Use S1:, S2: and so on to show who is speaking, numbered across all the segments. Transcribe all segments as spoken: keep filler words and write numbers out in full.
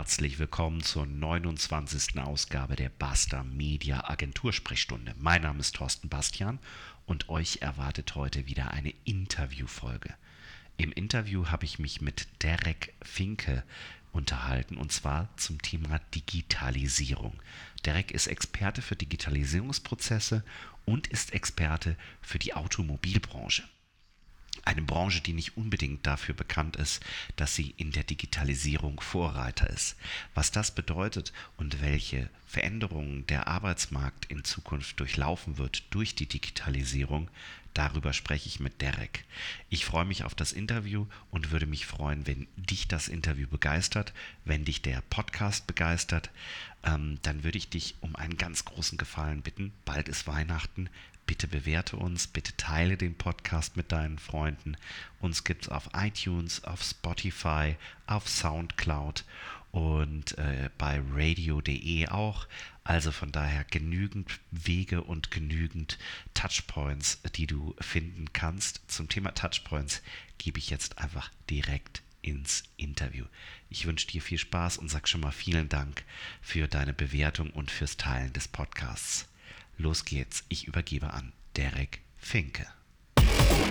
S1: herzlich willkommen zur neunundzwanzigsten Ausgabe der Basta Media Agentursprechstunde. Mein Name ist Thorsten Bastian und euch erwartet heute wieder eine Interviewfolge. Im Interview habe ich mich mit Derek Finke unterhalten und zwar zum Thema Digitalisierung. Derek ist Experte für Digitalisierungsprozesse und ist Experte für die Automobilbranche. Eine Branche, die nicht unbedingt dafür bekannt ist, dass sie in der Digitalisierung Vorreiter ist. Was das bedeutet und welche Veränderungen der Arbeitsmarkt in Zukunft durchlaufen wird durch die Digitalisierung, darüber spreche ich mit Derek. Ich freue mich auf das Interview und würde mich freuen, wenn dich das Interview begeistert, wenn dich der Podcast begeistert. Ähm, dann würde ich dich um einen ganz großen Gefallen bitten. Bald ist Weihnachten. Bitte bewerte uns, bitte teile den Podcast mit deinen Freunden. Uns gibt es auf iTunes, auf Spotify, auf Soundcloud und äh, bei radio punkt de auch. Also von daher genügend Wege und genügend Touchpoints, die du finden kannst. Zum Thema Touchpoints gebe ich jetzt einfach direkt ins Interview. Ich wünsche dir viel Spaß und sage schon mal vielen Dank für deine Bewertung und fürs Teilen des Podcasts. Los geht's, ich übergebe an Derek Finke. Die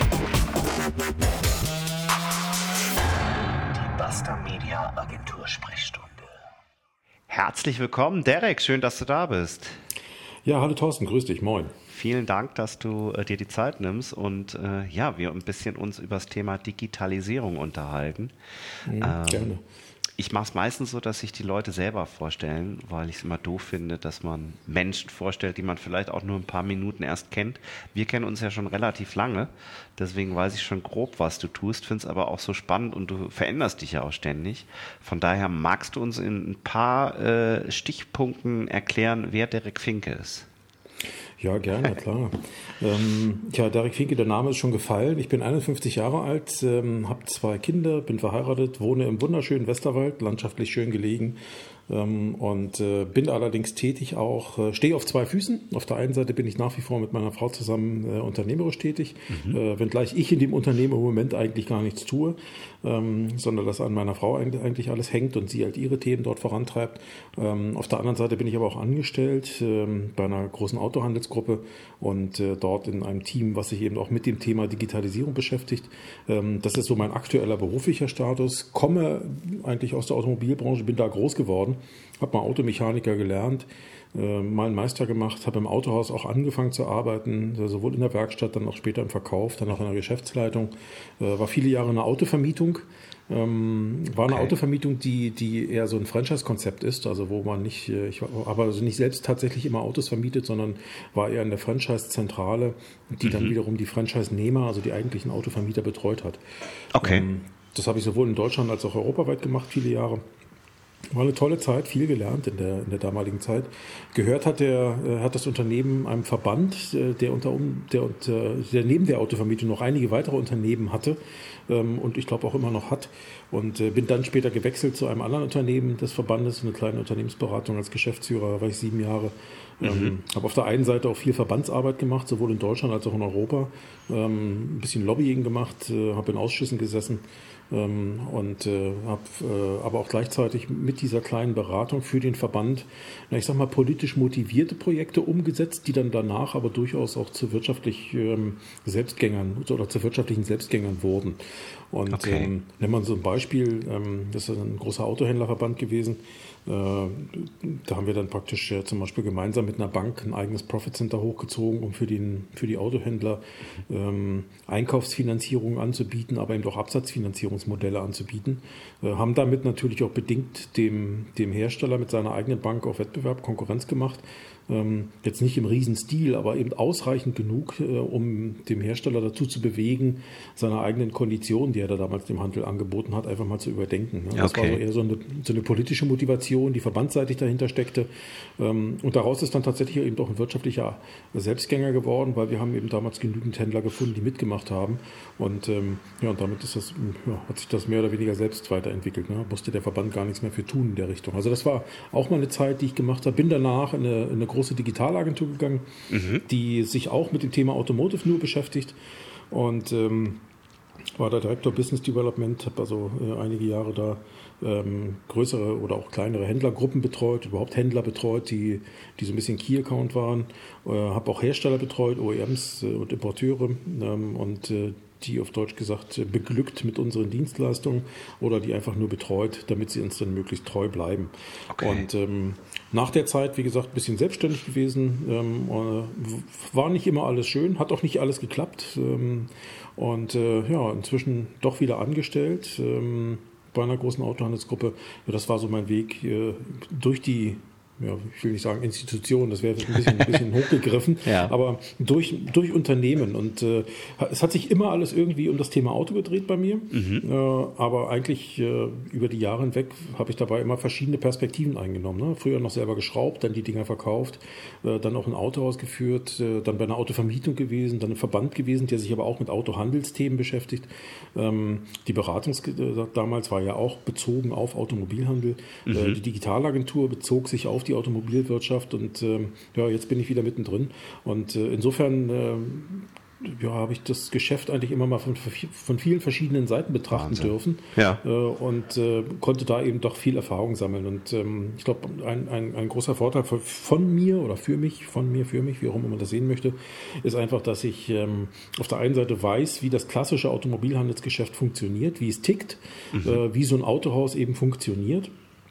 S1: Basta Media Agentursprechstunde. Herzlich willkommen, Derek, schön, dass du da bist.
S2: Ja, hallo Thorsten, grüß dich, moin.
S1: Vielen Dank, dass du äh, dir die Zeit nimmst und äh, ja, wir ein bisschen uns über das Thema Digitalisierung unterhalten.
S2: Mhm,
S1: ähm,
S2: gerne.
S1: Ich mache es meistens so, dass sich die Leute selber vorstellen, weil ich es immer doof finde, dass man Menschen vorstellt, die man vielleicht auch nur ein paar Minuten erst kennt. Wir kennen uns ja schon relativ lange, deswegen weiß ich schon grob, was du tust, finde es aber auch so spannend und du veränderst dich ja auch ständig. Von daher magst du uns in ein paar äh, Stichpunkten erklären, wer Derek Finke ist?
S2: Ja, gerne, klar. ähm, ja, Derek Finke, der Name ist schon gefallen. Ich bin einundfünfzig Jahre alt, ähm, habe zwei Kinder, bin verheiratet, wohne im wunderschönen Westerwald, landschaftlich schön gelegen. Ähm, und äh, bin allerdings tätig auch, äh, stehe auf zwei Füßen. Auf der einen Seite bin ich nach wie vor mit meiner Frau zusammen äh, unternehmerisch tätig, mhm. äh, wenngleich ich in dem Unternehmen im Moment eigentlich gar nichts tue, ähm, sondern dass an meiner Frau eigentlich alles hängt und sie halt ihre Themen dort vorantreibt. Ähm, auf der anderen Seite bin ich aber auch angestellt ähm, bei einer großen Autohandelsgruppe und äh, dort in einem Team, was sich eben auch mit dem Thema Digitalisierung beschäftigt. Ähm, das ist so mein aktueller beruflicher Status. Komme eigentlich aus der Automobilbranche, bin da groß geworden. Habe mal Automechaniker gelernt, äh, mal einen Meister gemacht, habe im Autohaus auch angefangen zu arbeiten, sowohl in der Werkstatt, dann auch später im Verkauf, dann auch in der Geschäftsleitung. Äh, war viele Jahre in der Autovermietung. Ähm, war eine okay. Autovermietung, die, die eher so ein Franchise-Konzept ist, also wo man nicht, ich aber also nicht selbst tatsächlich immer Autos vermietet, sondern war eher in der Franchise-Zentrale, die mhm. dann wiederum die Franchise-Nehmer, also die eigentlichen Autovermieter betreut hat.
S1: Okay.
S2: Ähm, das habe ich sowohl in Deutschland als auch europaweit gemacht, viele Jahre. War eine tolle Zeit, viel gelernt in der, in der damaligen Zeit. Gehört hat, der, hat das Unternehmen einem Verband, der, unter, der, der neben der Autovermietung noch einige weitere Unternehmen hatte ähm, und ich glaube auch immer noch hat. Und äh, bin dann später gewechselt zu einem anderen Unternehmen des Verbandes, eine kleine Unternehmensberatung als Geschäftsführer, da war ich sieben Jahre. Mhm. Ähm, habe auf der einen Seite auch viel Verbandsarbeit gemacht, sowohl in Deutschland als auch in Europa. Ähm, ein bisschen Lobbying gemacht, äh, habe in Ausschüssen gesessen. Und äh, habe äh, aber auch gleichzeitig mit dieser kleinen Beratung für den Verband, na, ich sag mal, politisch motivierte Projekte umgesetzt, die dann danach aber durchaus auch zu wirtschaftlich ähm, Selbstgängern oder zu wirtschaftlichen Selbstgängern wurden. Und okay. ähm, nennen wir so ein Beispiel, ähm, das ist ein großer Autohändlerverband gewesen. Äh, da haben wir dann praktisch äh, zum Beispiel gemeinsam mit einer Bank ein eigenes Profit Center hochgezogen, um für, den, für die Autohändler ähm, Einkaufsfinanzierung anzubieten, aber eben auch Absatzfinanzierungsmodelle anzubieten. Äh, haben damit natürlich auch bedingt dem, dem Hersteller mit seiner eigenen Bank auf Wettbewerb Konkurrenz gemacht. Ähm, jetzt nicht im Riesenstil, aber eben ausreichend genug, äh, um dem Hersteller dazu zu bewegen, seine eigenen Konditionen, die er da damals dem Handel angeboten hat, einfach mal zu überdenken. Ne? Das okay. war so eher so eine, so eine politische Motivation, die verbandsseitig dahinter steckte. Ähm, und daraus ist dann tatsächlich eben auch ein wirtschaftlicher Selbstgänger geworden, weil wir haben eben damals genügend Händler gefunden, die mitgemacht haben. Und, ähm, ja, und damit ist das, ja, hat sich das mehr oder weniger selbst weiterentwickelt. Ne? Musste der Verband gar nichts mehr für tun in der Richtung. Also das war auch mal eine Zeit, die ich gemacht habe. Bin danach in eine, in eine große Digitalagentur gegangen, mhm. die sich auch mit dem Thema Automotive nur beschäftigt und ähm, war der Director Business Development, habe also äh, einige Jahre da ähm, größere oder auch kleinere Händlergruppen betreut, überhaupt Händler betreut, die, die so ein bisschen Key-Account waren. Äh, habe auch Hersteller betreut, O E Ms äh, und Importeure ähm, und äh, die auf Deutsch gesagt beglückt mit unseren Dienstleistungen oder die einfach nur betreut, damit sie uns dann möglichst treu bleiben. Okay. Und ähm, nach der Zeit, wie gesagt, ein bisschen selbstständig gewesen, ähm, äh, war nicht immer alles schön, hat auch nicht alles geklappt ähm, und äh, ja, inzwischen doch wieder angestellt ähm, bei einer großen Autohandelsgruppe. Ja, das war so mein Weg äh, durch die Ja, ich will nicht sagen Institution, das wäre ein bisschen, ein bisschen hochgegriffen, ja. aber durch, durch Unternehmen. Und äh, es hat sich immer alles irgendwie um das Thema Auto gedreht bei mir. Mhm. Äh, aber eigentlich äh, über die Jahre hinweg habe ich dabei immer verschiedene Perspektiven eingenommen. Ne? Früher noch selber geschraubt, dann die Dinger verkauft, äh, dann auch ein Autohaus geführt, äh, dann bei einer Autovermietung gewesen, dann im Verband gewesen, der sich aber auch mit Autohandelsthemen beschäftigt. Ähm, die Beratung damals war ja auch bezogen auf Automobilhandel. Mhm. Äh, die Digitalagentur bezog sich auf die Automobilwirtschaft und äh, ja, jetzt bin ich wieder mittendrin und äh, insofern äh, ja, habe ich das Geschäft eigentlich immer mal von, von vielen verschiedenen Seiten betrachten Wahnsinn. dürfen ja. äh, und äh, konnte da eben doch viel Erfahrung sammeln und ähm, ich glaube, ein, ein, ein großer Vorteil von, von mir oder für mich, von mir, für mich, wie auch immer man das sehen möchte, ist einfach, dass ich ähm, auf der einen Seite weiß, wie das klassische Automobilhandelsgeschäft funktioniert, wie es tickt, mhm. äh, wie so ein Autohaus eben funktioniert.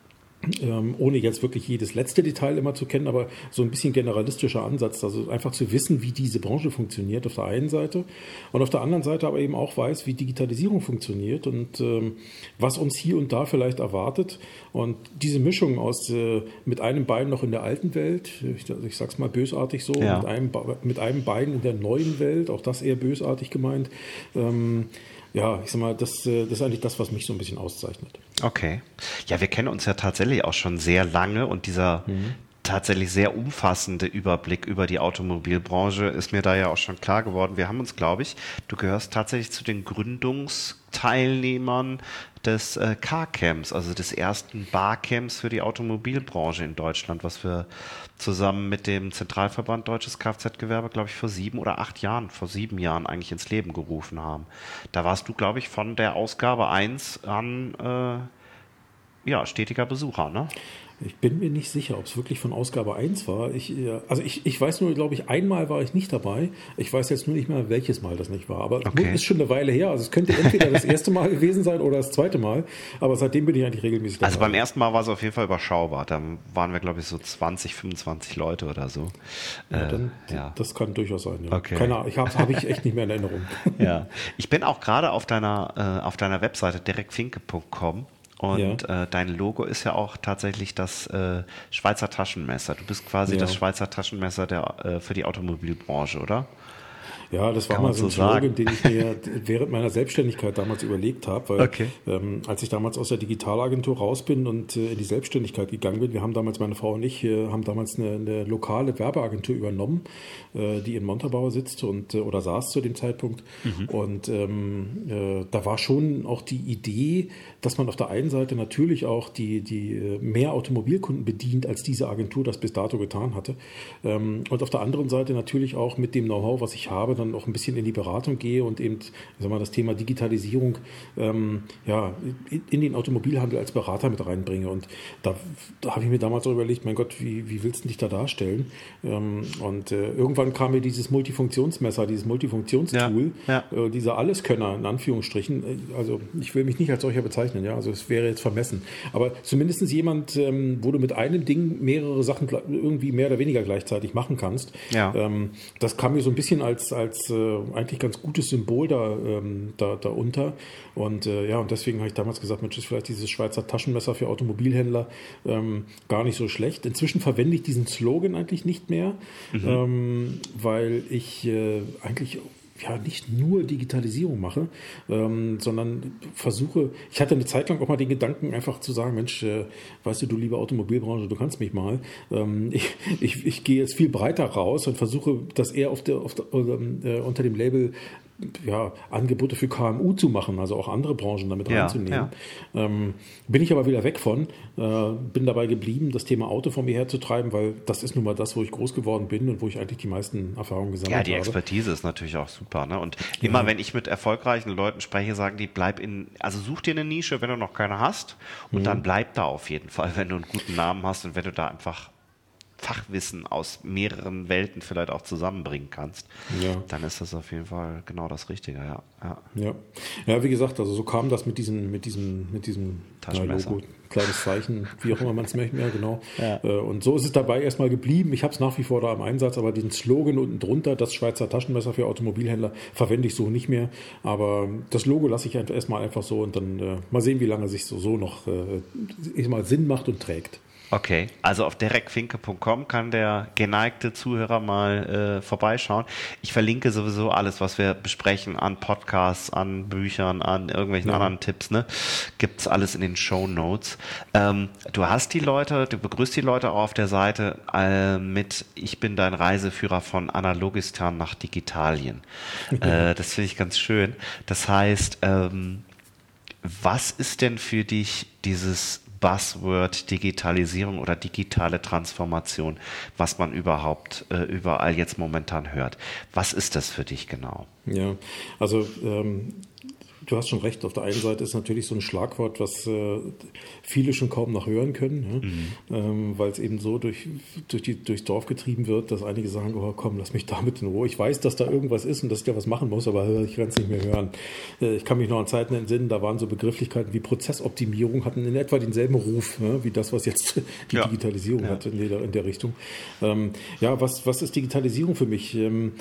S2: Ähm, ohne jetzt wirklich jedes letzte Detail immer zu kennen, aber so ein bisschen generalistischer Ansatz, also einfach zu wissen, wie diese Branche funktioniert auf der einen Seite und auf der anderen Seite aber eben auch weiß, wie Digitalisierung funktioniert und ähm, was uns hier und da vielleicht erwartet und diese Mischung aus äh, mit einem Bein noch in der alten Welt, ich, ich sag's mal bösartig so, ja. mit, einem, mit einem Bein in der neuen Welt, auch das eher bösartig gemeint, ähm, ja, ich sag mal, das, das ist eigentlich das, was mich so ein bisschen auszeichnet.
S1: Okay. Ja, wir kennen uns ja tatsächlich auch schon sehr lange und dieser mhm. tatsächlich sehr umfassende Überblick über die Automobilbranche ist mir da ja auch schon klar geworden. Wir haben uns, glaube ich, du gehörst tatsächlich zu den Gründungsteilnehmern des äh, Car-Camps, also des ersten Barcamps für die Automobilbranche in Deutschland, was wir zusammen mit dem Zentralverband Deutsches Kfz-Gewerbe, glaube ich, vor sieben oder acht Jahren, vor sieben Jahren eigentlich ins Leben gerufen haben. Da warst du, glaube ich, von der Ausgabe eins an äh, ja, stetiger Besucher, ne?
S2: Ich bin mir nicht sicher, ob es wirklich von Ausgabe eins war. Ich, also ich, ich weiß nur, glaube ich, einmal war ich nicht dabei. Ich weiß jetzt nur nicht mehr, welches Mal das nicht war. Aber okay. es ist schon eine Weile her. Also es könnte entweder das erste Mal gewesen sein oder das zweite Mal. Aber seitdem bin ich eigentlich regelmäßig dabei.
S1: Also beim ersten Mal war es auf jeden Fall überschaubar. Da waren wir, glaube ich, so zwanzig, fünfundzwanzig Leute oder so.
S2: Ja, dann, äh, ja. Das kann durchaus sein. Ja.
S1: Okay.
S2: Keine Ahnung, ich habe hab ich echt nicht mehr in Erinnerung.
S1: Ja. Ich bin auch gerade auf deiner, äh, auf deiner Webseite derek finke punkt com. Und ja. äh, dein Logo ist ja auch tatsächlich das äh, Schweizer Taschenmesser. Du bist quasi ja. das Schweizer Taschenmesser der, äh, für die Automobilbranche, oder?
S2: Ja, das war Kann mal so ein so Slogan, den ich mir während meiner Selbstständigkeit damals überlegt habe, weil
S1: okay.
S2: ähm, als ich damals aus der Digitalagentur raus bin und äh, in die Selbstständigkeit gegangen bin, wir haben damals, meine Frau und ich, äh, haben damals eine, eine lokale Werbeagentur übernommen, äh, die in Montabaur sitzt und äh, oder saß zu dem Zeitpunkt. Mhm. Und ähm, äh, da war schon auch die Idee, dass man auf der einen Seite natürlich auch die, die äh, mehr Automobilkunden bedient, als diese Agentur das bis dato getan hatte. Ähm, und auf der anderen Seite natürlich auch mit dem Know-how, was ich habe, dann auch ein bisschen in die Beratung gehe und eben, sag mal, das Thema Digitalisierung ähm, ja, in den Automobilhandel als Berater mit reinbringe. Und da, da habe ich mir damals auch überlegt, mein Gott, wie, wie willst du dich da darstellen? Ähm, und äh, irgendwann kam mir dieses Multifunktionsmesser, dieses Multifunktionstool, ja, ja. Äh, dieser Alleskönner in Anführungsstrichen. Also ich will mich nicht als solcher bezeichnen, ja, also es wäre jetzt vermessen. Aber zumindest jemand, ähm, wo du mit einem Ding mehrere Sachen irgendwie mehr oder weniger gleichzeitig machen kannst.
S1: Ja.
S2: Ähm, das kam mir so ein bisschen als, als als äh, eigentlich ganz gutes Symbol da, ähm, da, da unter. Und äh, ja, und deswegen habe ich damals gesagt, Mensch, ist vielleicht dieses Schweizer Taschenmesser für Automobilhändler ähm, gar nicht so schlecht. Inzwischen verwende ich diesen Slogan eigentlich nicht mehr, mhm. ähm, weil ich äh, eigentlich ja nicht nur Digitalisierung mache, ähm, sondern versuche, ich hatte eine Zeit lang auch mal den Gedanken, einfach zu sagen, Mensch, äh, weißt du, du liebe Automobilbranche, du kannst mich mal. Ähm, ich, ich, ich gehe jetzt viel breiter raus und versuche das eher auf der, auf der, äh, unter dem Label ja, Angebote für K M U zu machen, also auch andere Branchen damit
S1: Ja,
S2: reinzunehmen.
S1: ja.
S2: Ähm, bin ich aber wieder weg von, äh, bin dabei geblieben, das Thema Auto vor mir herzutreiben, weil das ist nun mal das, wo ich groß geworden bin und wo ich eigentlich die meisten Erfahrungen gesammelt
S1: Ja, die
S2: habe.
S1: Expertise ist natürlich auch super, ne? Und immer, wenn ich mit erfolgreichen Leuten spreche, sagen die, bleib in, also such dir eine Nische, wenn du noch keine hast, und dann bleib da auf jeden Fall, wenn du einen guten Namen hast und wenn du da einfach Fachwissen aus mehreren Welten vielleicht auch zusammenbringen kannst,
S2: Ja.
S1: dann ist das auf jeden Fall genau das Richtige, ja. Ja.
S2: Ja. Ja, wie gesagt, also so kam das mit diesem, mit diesem, mit diesem
S1: Taschenmesser.
S2: Logo, kleines Zeichen, wie auch immer man es möchte, ja, genau.
S1: Ja.
S2: Äh, Und so ist es dabei erstmal geblieben. Ich habe es nach wie vor da im Einsatz, aber den Slogan unten drunter, das Schweizer Taschenmesser für Automobilhändler, verwende ich so nicht mehr. Aber das Logo lasse ich einfach erstmal einfach so und dann äh, mal sehen, wie lange sich so, so noch äh, mal Sinn macht und trägt.
S1: Okay, also auf derekfinke punkt com kann der geneigte Zuhörer mal äh, vorbeischauen. Ich verlinke sowieso alles, was wir besprechen an Podcasts, an Büchern, an irgendwelchen
S2: Ja.
S1: anderen Tipps, ne? Gibt's alles in den Shownotes. Ähm, du hast die Leute, du begrüßt die Leute auch auf der Seite äh, mit Ich bin dein Reiseführer von Analogistan nach Digitalien. äh, das finde ich ganz schön. Das heißt, ähm, was ist denn für dich dieses Buzzword Digitalisierung oder digitale Transformation, was man überhaupt äh, überall jetzt momentan hört? Was ist das für dich genau?
S2: Ja, also ähm, du hast schon recht. Auf der einen Seite ist natürlich so ein Schlagwort, was äh, viele schon kaum noch hören können, ja?
S1: Mhm.
S2: ähm, weil es eben so durch, durch die, durchs Dorf getrieben wird, dass einige sagen, oh komm, lass mich damit in Ruhe. Ich weiß, dass da irgendwas ist und dass ich da was machen muss, aber äh, ich kann es nicht mehr hören. Äh, ich kann mich noch an Zeiten entsinnen, da waren so Begrifflichkeiten wie Prozessoptimierung, hatten in etwa denselben Ruf, ja, wie das, was jetzt die
S1: Ja.
S2: Digitalisierung
S1: Ja.
S2: hat in der, in der Richtung. Ähm, ja, was, was ist Digitalisierung für mich? Ähm,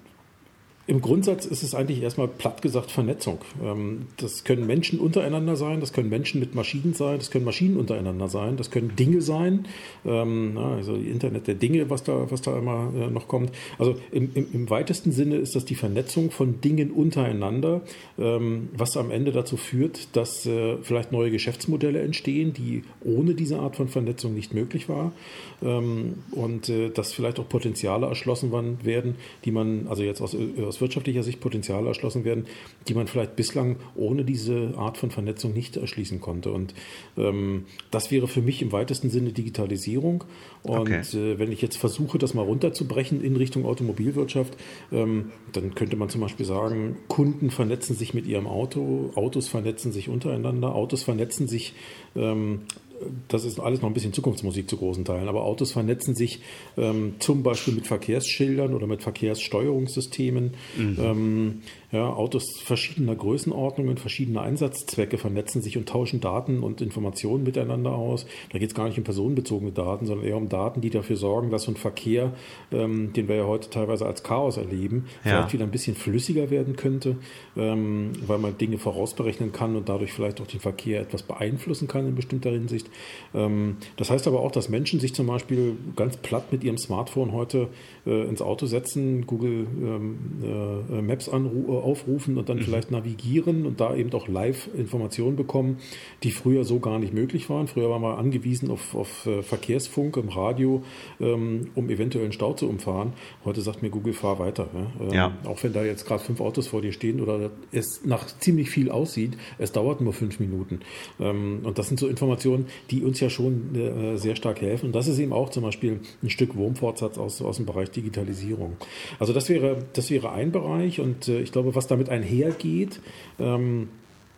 S2: Im Grundsatz ist es eigentlich erstmal platt gesagt Vernetzung. Ähm, Das können Menschen untereinander sein, das können Menschen mit Maschinen sein, das können Maschinen untereinander sein, das können Dinge sein, ähm, na, also Internet der Dinge, was da, was da immer äh, noch kommt. Also im, im, im weitesten Sinne ist das die Vernetzung von Dingen untereinander, ähm, was am Ende dazu führt, dass äh, vielleicht neue Geschäftsmodelle entstehen, die ohne diese Art von Vernetzung nicht möglich war, ähm, und äh, dass vielleicht auch Potenziale erschlossen werden, die man, also jetzt aus, aus wirtschaftlicher Sicht Potenziale erschlossen werden, die man vielleicht bislang ohne diese Art von Vernetzung nicht erschließen konnte. Und ähm, das wäre für mich im weitesten Sinne Digitalisierung. Und
S1: Okay.
S2: äh, wenn ich jetzt versuche, das mal runterzubrechen in Richtung Automobilwirtschaft, ähm, dann könnte man zum Beispiel sagen, Kunden vernetzen sich mit ihrem Auto, Autos vernetzen sich untereinander, Autos vernetzen sich ähm, das ist alles noch ein bisschen Zukunftsmusik zu großen Teilen, aber Autos vernetzen sich ähm, zum Beispiel mit Verkehrsschildern oder mit Verkehrssteuerungssystemen. Mhm. Ähm, ja, Autos verschiedener Größenordnungen, verschiedener Einsatzzwecke vernetzen sich und tauschen Daten und Informationen miteinander aus. Da geht es gar nicht um personenbezogene Daten, sondern eher um Daten, die dafür sorgen, dass so ein Verkehr, ähm, den wir ja heute teilweise als Chaos erleben,
S1: Ja.
S2: vielleicht wieder ein bisschen flüssiger werden könnte, ähm, weil man Dinge vorausberechnen kann und dadurch vielleicht auch den Verkehr etwas beeinflussen kann in bestimmter Hinsicht. Ähm, das heißt aber auch, dass Menschen sich zum Beispiel ganz platt mit ihrem Smartphone heute äh, ins Auto setzen, Google ähm, äh, Maps anru- aufrufen und dann mhm. vielleicht navigieren und da eben auch Live-Informationen bekommen, die früher so gar nicht möglich waren. Früher waren wir angewiesen auf, auf äh, Verkehrsfunk im Radio, ähm, um eventuell einen Stau zu umfahren. Heute sagt mir Google, fahr weiter. Ja? Ähm,
S1: Ja.
S2: Auch wenn da jetzt gerade fünf Autos vor dir stehen oder es nach ziemlich viel aussieht, es dauert nur fünf Minuten. Ähm, und das sind so Informationen, die uns ja schon äh, sehr stark helfen. Und das ist eben auch zum Beispiel ein Stück Wurmfortsatz aus, aus dem Bereich Digitalisierung. Also das wäre, das wäre ein Bereich und äh, ich glaube, was damit einhergeht, ähm,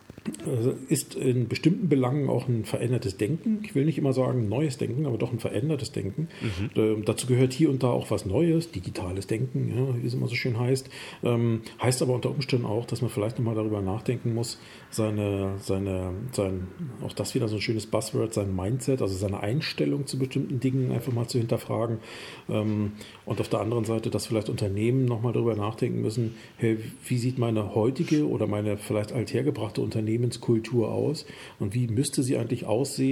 S2: ist in bestimmten Belangen auch ein verändertes Denken. Ich will nicht immer sagen neues Denken, aber doch ein verändertes Denken. Mhm. Ähm, dazu gehört hier und da auch was Neues, digitales Denken, ja, wie es immer so schön heißt. Ähm, heißt aber unter Umständen auch, dass man vielleicht nochmal darüber nachdenken muss, seine, seine, sein, auch das wieder so ein schönes Buzzword, sein Mindset, also seine Einstellung zu bestimmten Dingen einfach mal zu hinterfragen. Ähm, und auf der anderen Seite, dass vielleicht Unternehmen nochmal darüber nachdenken müssen, hey, wie sieht meine heutige oder meine vielleicht althergebrachte Unternehmenskultur aus und wie müsste sie eigentlich aussehen,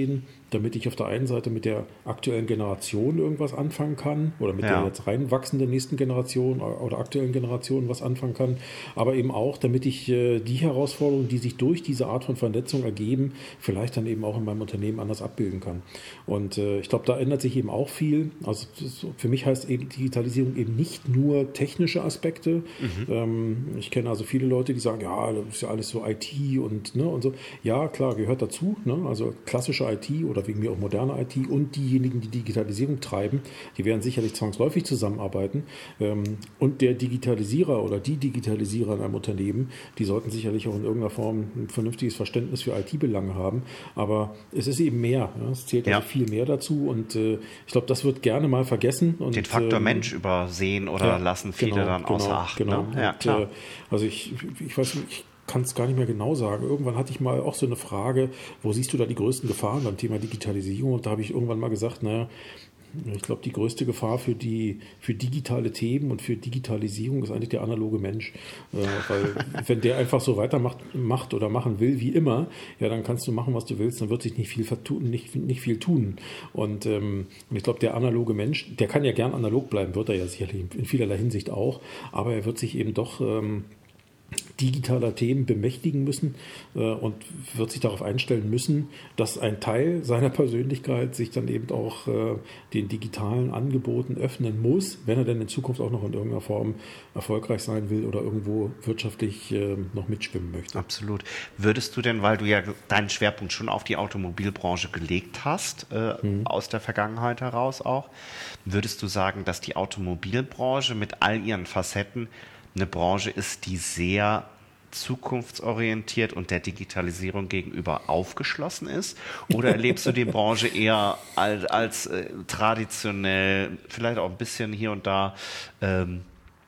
S2: damit ich auf der einen Seite mit der aktuellen Generation irgendwas anfangen kann oder mit ja. der jetzt reinwachsenden nächsten Generation oder aktuellen Generation was anfangen kann, aber eben auch, damit ich äh, die Herausforderungen, die sich durch diese Art von Vernetzung ergeben, vielleicht dann eben auch in meinem Unternehmen anders abbilden kann. Und äh, ich glaube, da ändert sich eben auch viel. Also für mich heißt eben Digitalisierung eben nicht nur technische Aspekte. Mhm. Ähm, ich kenne also viele Leute, die sagen, ja, das ist ja alles so I T und, ne, und so. Ja, klar, gehört dazu. Ne? Also klassische I T oder wegen mir auch moderne I T und diejenigen, die Digitalisierung treiben, die werden sicherlich zwangsläufig zusammenarbeiten. Ähm, und der Digitalisierer oder die Digitalisierer in einem Unternehmen, die sollten sicherlich auch in irgendeiner Form ein vernünftiges Verständnis für I T-Belange haben. Aber es ist eben mehr. Ja? Es zählt ja. also viel mehr dazu und äh, ich glaube, das wird gerne mal vergessen. Und,
S1: den Faktor
S2: ähm,
S1: Mensch übersehen oder ja, lassen viele
S2: genau,
S1: dann
S2: genau,
S1: außer Acht.
S2: Genau.
S1: Ne? Ja,
S2: und,
S1: klar.
S2: Äh, also ich, ich weiß nicht, ich kann es gar nicht mehr genau sagen. Irgendwann hatte ich mal auch so eine Frage, wo siehst du da die größten Gefahren beim Thema Digitalisierung? Und da habe ich irgendwann mal gesagt, naja, ich glaube, die größte Gefahr für die für digitale Themen und für Digitalisierung ist eigentlich der analoge Mensch. Äh, weil wenn der einfach so weitermacht macht oder machen will wie immer, ja, dann kannst du machen, was du willst, dann wird sich nicht viel vertun, nicht, nicht viel tun. Und ähm, ich glaube, der analoge Mensch, der kann ja gern analog bleiben, wird er ja sicherlich in vielerlei Hinsicht auch, aber er wird sich eben doch ähm, digitaler Themen bemächtigen müssen äh, und wird sich darauf einstellen müssen, dass ein Teil seiner Persönlichkeit sich dann eben auch äh, den digitalen Angeboten öffnen muss, wenn er denn in Zukunft auch noch in irgendeiner Form erfolgreich sein will oder irgendwo wirtschaftlich äh, noch mitschwimmen möchte.
S1: Absolut. Würdest du denn, weil du ja deinen Schwerpunkt schon auf die Automobilbranche gelegt hast, äh, hm. aus der Vergangenheit heraus auch, würdest du sagen, dass die Automobilbranche mit all ihren Facetten eine Branche ist, die sehr zukunftsorientiert und der Digitalisierung gegenüber aufgeschlossen ist? Oder erlebst du die Branche eher als, als äh, traditionell, vielleicht auch ein bisschen hier und da, ähm,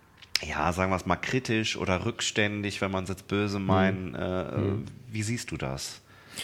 S1: ja, sagen wir es mal, kritisch oder rückständig, wenn man es jetzt böse meint? Äh, mhm. Wie siehst du das?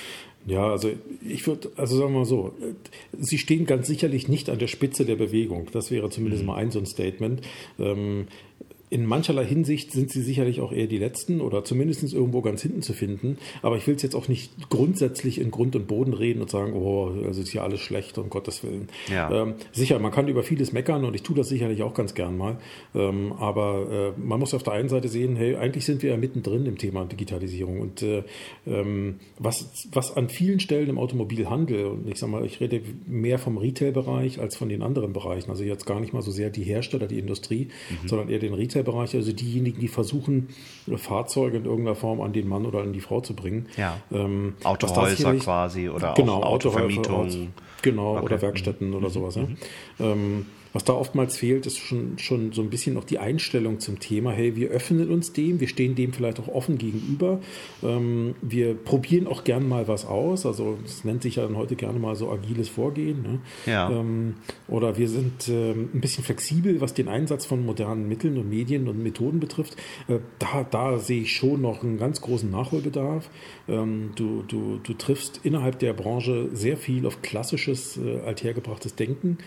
S2: Ja, also ich würde, also sagen wir mal so, sie stehen ganz sicherlich nicht an der Spitze der Bewegung. Das wäre zumindest mhm. mal ein so ein Statement. Ähm, In mancherlei Hinsicht sind sie sicherlich auch eher die Letzten oder zumindest irgendwo ganz hinten zu finden. Aber ich will es jetzt auch nicht grundsätzlich in Grund und Boden reden und sagen, oh, also ist ja alles schlecht, um Gottes Willen. Ja. Ähm, sicher, man kann über vieles meckern und ich tue das sicherlich auch ganz gern mal. Ähm, aber äh, man muss auf der einen Seite sehen, hey, eigentlich sind wir ja mittendrin im Thema Digitalisierung. Und äh, ähm, was, was an vielen Stellen im Automobilhandel, und ich sage mal, ich rede mehr vom Retail-Bereich als von den anderen Bereichen, also jetzt gar nicht mal so sehr die Hersteller, die Industrie, mhm. sondern eher den Retail Bereich, also diejenigen, die versuchen, Fahrzeuge in irgendeiner Form an den Mann oder an die Frau zu bringen.
S1: Ja. Ähm, Autohäuser quasi oder
S2: genau,
S1: auch Autovermietung.
S2: Genau, okay. Oder Werkstätten mhm. oder
S1: mhm.
S2: sowas.
S1: Mhm.
S2: Ja. Ähm, was da oftmals fehlt, ist schon, schon so ein bisschen auch die Einstellung zum Thema. Hey, wir öffnen uns dem, wir stehen dem vielleicht auch offen gegenüber. Ähm, wir probieren auch gern mal was aus. Also das nennt sich ja dann heute gerne mal so agiles Vorgehen. Ne?
S1: Ja.
S2: Ähm, oder wir sind ähm, ein bisschen flexibel, was den Einsatz von modernen Mitteln und Medien und Methoden betrifft. Äh, da, da sehe ich schon noch einen ganz großen Nachholbedarf. Ähm, du, du, du triffst innerhalb der Branche sehr viel auf klassisches, äh, althergebrachtes Denken.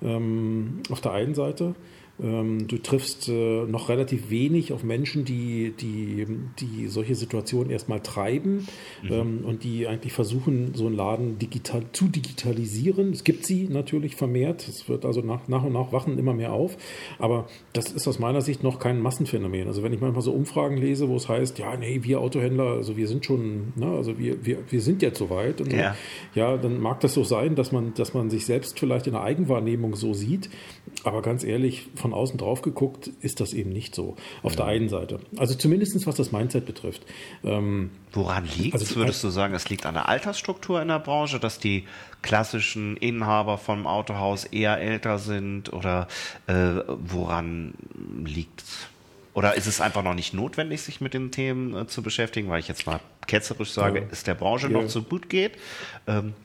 S2: Ähm, auf der einen Seite. Ähm, du triffst äh, noch relativ wenig auf Menschen, die, die, die solche Situationen erstmal treiben mhm. ähm, und die eigentlich versuchen, so einen Laden digital, zu digitalisieren. Es gibt sie natürlich vermehrt. Es wird also nach, nach und nach wachen immer mehr auf. Aber das ist aus meiner Sicht noch kein Massenphänomen. Also wenn ich manchmal so Umfragen lese, wo es heißt, ja, nee, wir Autohändler, also wir sind schon, ne, also wir, wir, wir sind jetzt soweit. Und
S1: ja.
S2: So. Ja, dann mag das so sein, dass man, dass man sich selbst vielleicht in der Eigenwahrnehmung so sieht. Aber ganz ehrlich, von außen drauf geguckt, ist das eben nicht so. Auf ja. der einen Seite. Also zumindest was das Mindset betrifft. Ähm,
S1: Woran liegt es? Also, würdest du sagen, es liegt an der Altersstruktur in der Branche, dass die klassischen Inhaber vom Autohaus eher älter sind? Oder äh, woran liegt es? Oder ist es einfach noch nicht notwendig, sich mit den Themen äh, zu beschäftigen? Weil ich jetzt mal ketzerisch sage, ja. es der Branche ja. noch zu gut geht. Ähm,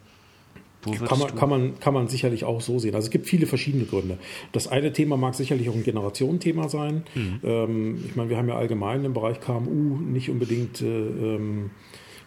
S2: Kann man, kann, man, kann man sicherlich auch so sehen. Also es gibt viele verschiedene Gründe. Das eine Thema mag sicherlich auch ein Generationenthema sein. Mhm. Ähm, ich meine, wir haben ja allgemein im Bereich K M U nicht unbedingt äh, ähm,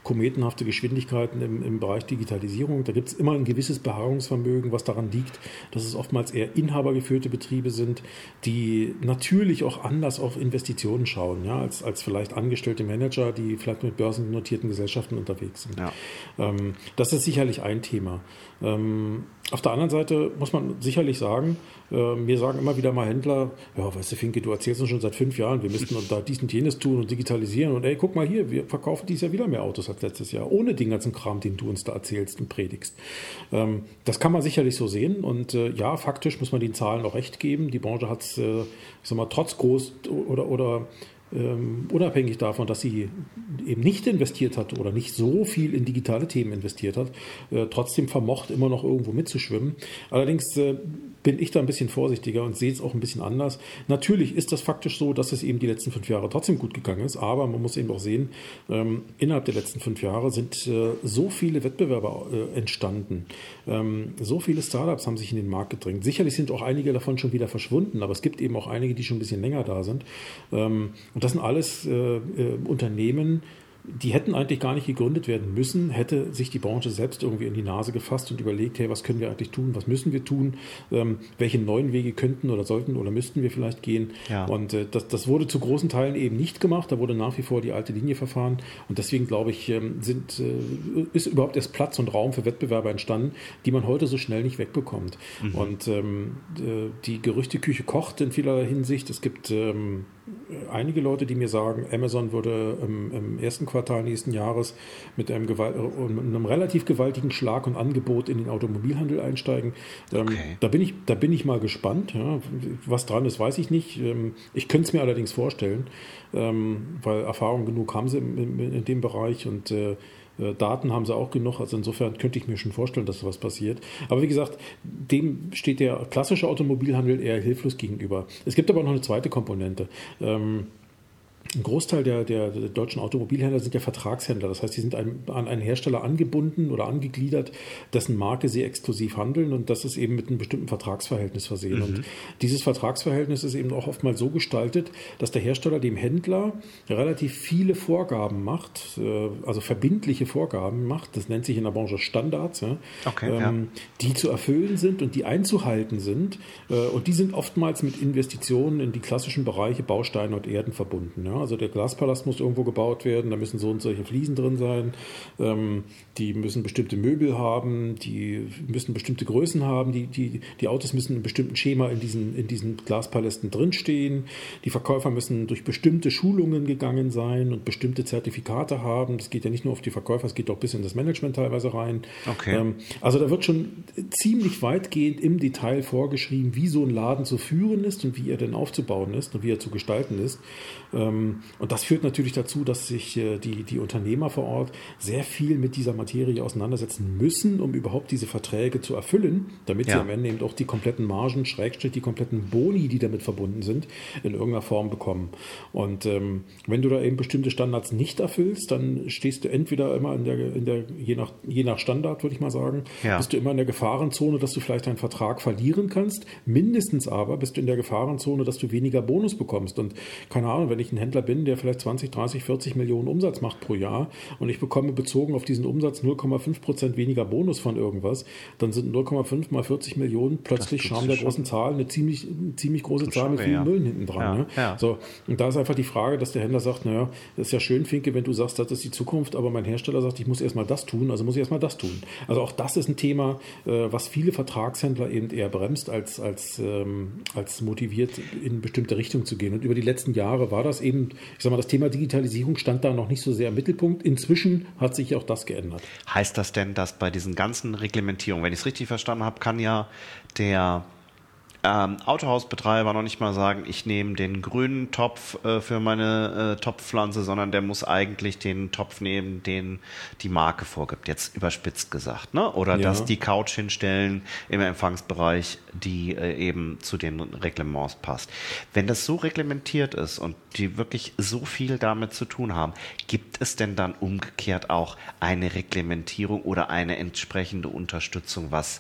S2: kometenhafte Geschwindigkeiten im, im Bereich Digitalisierung. Da gibt es immer ein gewisses Beharrungsvermögen, was daran liegt, dass es oftmals eher inhabergeführte Betriebe sind, die natürlich auch anders auf Investitionen schauen, ja, als, als vielleicht angestellte Manager, die vielleicht mit börsennotierten Gesellschaften unterwegs sind. Ja. Ähm, das ist sicherlich ein Thema. Ähm, auf der anderen Seite muss man sicherlich sagen, äh, mir sagen immer wieder mal Händler, ja, weißt du, Finke, du erzählst uns schon seit fünf Jahren, wir müssten da dies und jenes tun und digitalisieren und ey, guck mal hier, wir verkaufen dieses Jahr wieder mehr Autos als letztes Jahr, ohne den ganzen Kram, den du uns da erzählst und predigst. Ähm, das kann man sicherlich so sehen und äh, ja, faktisch muss man den Zahlen auch recht geben. Die Branche hat es, äh, ich sag mal, trotz groß oder, oder Ähm, unabhängig davon, dass sie eben nicht investiert hat oder nicht so viel in digitale Themen investiert hat, äh, trotzdem vermocht, immer noch irgendwo mitzuschwimmen. Allerdings äh, bin ich da ein bisschen vorsichtiger und sehe es auch ein bisschen anders. Natürlich ist das faktisch so, dass es eben die letzten fünf Jahre trotzdem gut gegangen ist, aber man muss eben auch sehen, ähm, innerhalb der letzten fünf Jahre sind äh, so viele Wettbewerber äh, entstanden. Ähm, so viele Startups haben sich in den Markt gedrängt. Sicherlich sind auch einige davon schon wieder verschwunden, aber es gibt eben auch einige, die schon ein bisschen länger da sind. Ähm, und das sind alles äh, äh, Unternehmen, die hätten eigentlich gar nicht gegründet werden müssen, hätte sich die Branche selbst irgendwie in die Nase gefasst und überlegt, hey, was können wir eigentlich tun, was müssen wir tun, ähm, welche neuen Wege könnten oder sollten oder müssten wir vielleicht gehen. Ja. Und äh, das, das wurde zu großen Teilen eben nicht gemacht, da wurde nach wie vor die alte Linie verfahren und deswegen, glaube ich, ähm, sind, äh, ist überhaupt erst Platz und Raum für Wettbewerber entstanden, die man heute so schnell nicht wegbekommt. Mhm. Und ähm, die Gerüchteküche kocht in vielerlei Hinsicht. Es gibt ähm, einige Leute, die mir sagen, Amazon würde ähm, im ersten Quartal nächsten Jahres mit einem, Gewalt, einem relativ gewaltigen Schlag und Angebot in den Automobilhandel einsteigen. Ähm, okay. Da bin ich, da bin ich mal gespannt. Ja. Was dran ist, weiß ich nicht. Ähm, ich könnte es mir allerdings vorstellen, ähm, weil Erfahrung genug haben sie in, in, in dem Bereich und äh, Daten haben sie auch genug, also insofern könnte ich mir schon vorstellen, dass sowas passiert. Aber wie gesagt, dem steht der klassische Automobilhandel eher hilflos gegenüber. Es gibt aber noch eine zweite Komponente. Ähm, Ein Großteil der, der, der deutschen Automobilhändler sind ja Vertragshändler. Das heißt, die sind ein, an einen Hersteller angebunden oder angegliedert, dessen Marke sie exklusiv handeln und das ist eben mit einem bestimmten Vertragsverhältnis versehen. Mhm. Und dieses Vertragsverhältnis ist eben auch oftmals so gestaltet, dass der Hersteller dem Händler relativ viele Vorgaben macht, also verbindliche Vorgaben macht. Das nennt sich in der Branche Standards, ja, okay, ähm, ja. die zu erfüllen sind und die einzuhalten sind. Und die sind oftmals mit Investitionen in die klassischen Bereiche Bausteine und Erden verbunden. Ja. Also der Glaspalast muss irgendwo gebaut werden, da müssen so und solche Fliesen drin sein, ähm, die müssen bestimmte Möbel haben, die müssen bestimmte Größen haben, die, die, die Autos müssen in einem bestimmten Schema in diesen, in diesen Glaspalästen drinstehen, die Verkäufer müssen durch bestimmte Schulungen gegangen sein und bestimmte Zertifikate haben. Das geht ja nicht nur auf die Verkäufer, es geht auch bis in das Management teilweise rein. Okay. Ähm, also da wird schon ziemlich weitgehend im Detail vorgeschrieben, wie so ein Laden zu führen ist und wie er denn aufzubauen ist und wie er zu gestalten ist. Ähm, Und das führt natürlich dazu, dass sich die, die Unternehmer vor Ort sehr viel mit dieser Materie auseinandersetzen müssen, um überhaupt diese Verträge zu erfüllen, damit ja. sie am Ende eben auch die kompletten Margen, Schrägstrich, die kompletten Boni, die damit verbunden sind, in irgendeiner Form bekommen. Und ähm, wenn du da eben bestimmte Standards nicht erfüllst, dann stehst du entweder immer in der, in der je nach, je nach Standard, würde ich mal sagen, ja. bist du immer in der Gefahrenzone, dass du vielleicht einen Vertrag verlieren kannst. Mindestens aber bist du in der Gefahrenzone, dass du weniger Bonus bekommst. Und keine Ahnung, wenn ich ein Händler bin, der vielleicht zwanzig, dreißig, vierzig Millionen Umsatz macht pro Jahr und ich bekomme bezogen auf diesen Umsatz null Komma fünf Prozent weniger Bonus von irgendwas, dann sind null Komma fünf mal vierzig Millionen plötzlich Scham der großen Zahl eine ziemlich, ziemlich große Zahl mit vielen ja. Nullen hinten dran. Ja, ne? ja. So, und da ist einfach die Frage, dass der Händler sagt, naja, das ist ja schön, Finke, wenn du sagst, das ist die Zukunft, aber mein Hersteller sagt, ich muss erstmal das tun, also muss ich erstmal das tun. Also auch das ist ein Thema, was viele Vertragshändler eben eher bremst, als, als, als motiviert, in bestimmte Richtung zu gehen. Und über die letzten Jahre war das eben, ich sag mal, das Thema Digitalisierung stand da noch nicht so sehr im Mittelpunkt. Inzwischen hat sich auch das geändert.
S1: Heißt das denn, dass bei diesen ganzen Reglementierungen, wenn ich es richtig verstanden habe, kann ja der ähm, Autohausbetreiber noch nicht mal sagen, ich nehme den grünen Topf äh, für meine äh, Topfpflanze, sondern der muss eigentlich den Topf nehmen, den die Marke vorgibt, jetzt überspitzt gesagt, ne? Oder ja. dass die Couch hinstellen im Empfangsbereich, die äh, eben zu den Reglements passt. Wenn das so reglementiert ist und die wirklich so viel damit zu tun haben, gibt es denn dann umgekehrt auch eine Reglementierung oder eine entsprechende Unterstützung, was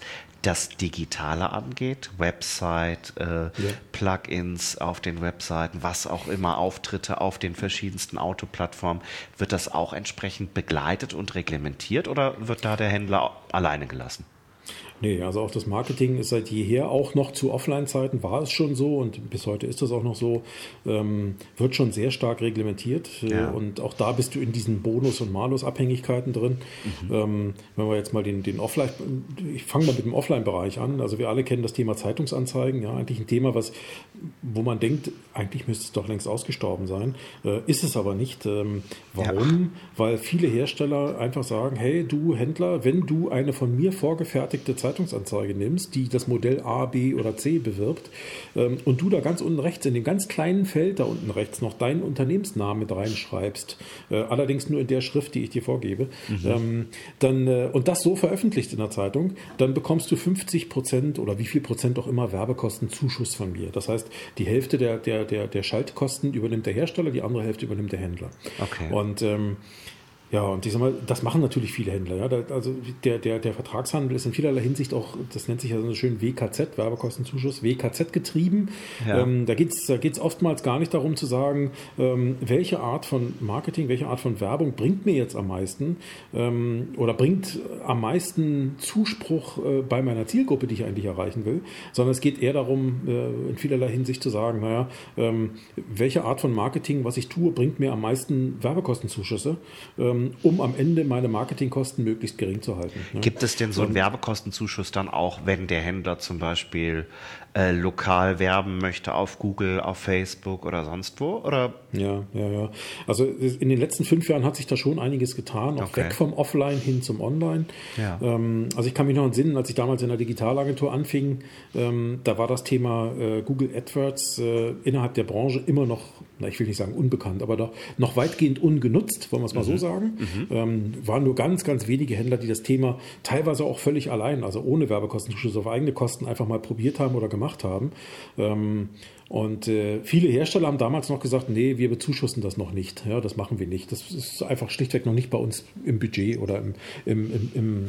S1: das Digitale angeht, Website, äh, ja. Plugins auf den Webseiten, was auch immer, Auftritte auf den verschiedensten Autoplattformen, wird das auch entsprechend begleitet und reglementiert oder wird da der Händler alleine gelassen?
S2: Nee, also auch das Marketing ist seit jeher, auch noch zu Offline-Zeiten war es schon so und bis heute ist das auch noch so, ähm, wird schon sehr stark reglementiert ja. Und auch da bist du in diesen Bonus- und Malus-Abhängigkeiten drin. Mhm. Ähm, wenn wir jetzt mal den, den Offline, ich fange mal mit dem Offline-Bereich an, also wir alle kennen das Thema Zeitungsanzeigen, ja, eigentlich ein Thema, was, wo man denkt, eigentlich müsste es doch längst ausgestorben sein, äh, ist es aber nicht. Ähm, warum? Ja. Weil viele Hersteller einfach sagen, hey, du Händler, wenn du eine von mir vorgefertigte Zeitung Zeitungsanzeige nimmst, die das Modell A, B oder C bewirbt ähm, und du da ganz unten rechts, in dem ganz kleinen Feld da unten rechts noch deinen Unternehmensnamen mit reinschreibst, äh, allerdings nur in der Schrift, die ich dir vorgebe, mhm. ähm, dann, äh, und das so veröffentlicht in der Zeitung, dann bekommst du fünfzig Prozent oder wie viel Prozent auch immer Werbekostenzuschuss von mir. Das heißt, die Hälfte der, der, der, der Schaltkosten übernimmt der Hersteller, die andere Hälfte übernimmt der Händler.
S1: Okay.
S2: Und ähm, ja, und ich sag mal, das machen natürlich viele Händler. Ja. Da, also der, der, der Vertragshandel ist in vielerlei Hinsicht auch, das nennt sich ja so schön W K Z, Werbekostenzuschuss, W K Z getrieben. Ja. Ähm, da geht es da geht's oftmals gar nicht darum zu sagen, ähm, welche Art von Marketing, welche Art von Werbung bringt mir jetzt am meisten ähm, oder bringt am meisten Zuspruch äh, bei meiner Zielgruppe, die ich eigentlich erreichen will, sondern es geht eher darum, äh, in vielerlei Hinsicht zu sagen, naja, ähm, welche Art von Marketing, was ich tue, bringt mir am meisten Werbekostenzuschüsse, ähm, um am Ende meine Marketingkosten möglichst gering zu halten. Ne?
S1: Gibt es denn so einen Werbekostenzuschuss dann auch, wenn der Händler zum Beispiel äh, lokal werben möchte auf Google, auf Facebook oder sonst wo? Oder?
S2: Ja, ja, ja. Also in den letzten fünf Jahren hat sich da schon einiges getan, auch okay. weg vom Offline hin zum Online. Ja. Ähm, also ich kann mich noch entsinnen, als ich damals in der Digitalagentur anfing, ähm, da war das Thema äh, Google AdWords äh, innerhalb der Branche immer noch, na, ich will nicht sagen unbekannt, aber doch noch weitgehend ungenutzt, wollen wir es mal mhm. so sagen. Mhm. Ähm, waren nur ganz, ganz wenige Händler, die das Thema teilweise auch völlig allein, also ohne Werbekostenzuschuss auf eigene Kosten einfach mal probiert haben oder gemacht haben. Ähm, Und äh, viele Hersteller haben damals noch gesagt, nee, wir bezuschussen das noch nicht. Ja, das machen wir nicht. Das ist einfach schlichtweg noch nicht bei uns im Budget oder im, im, im,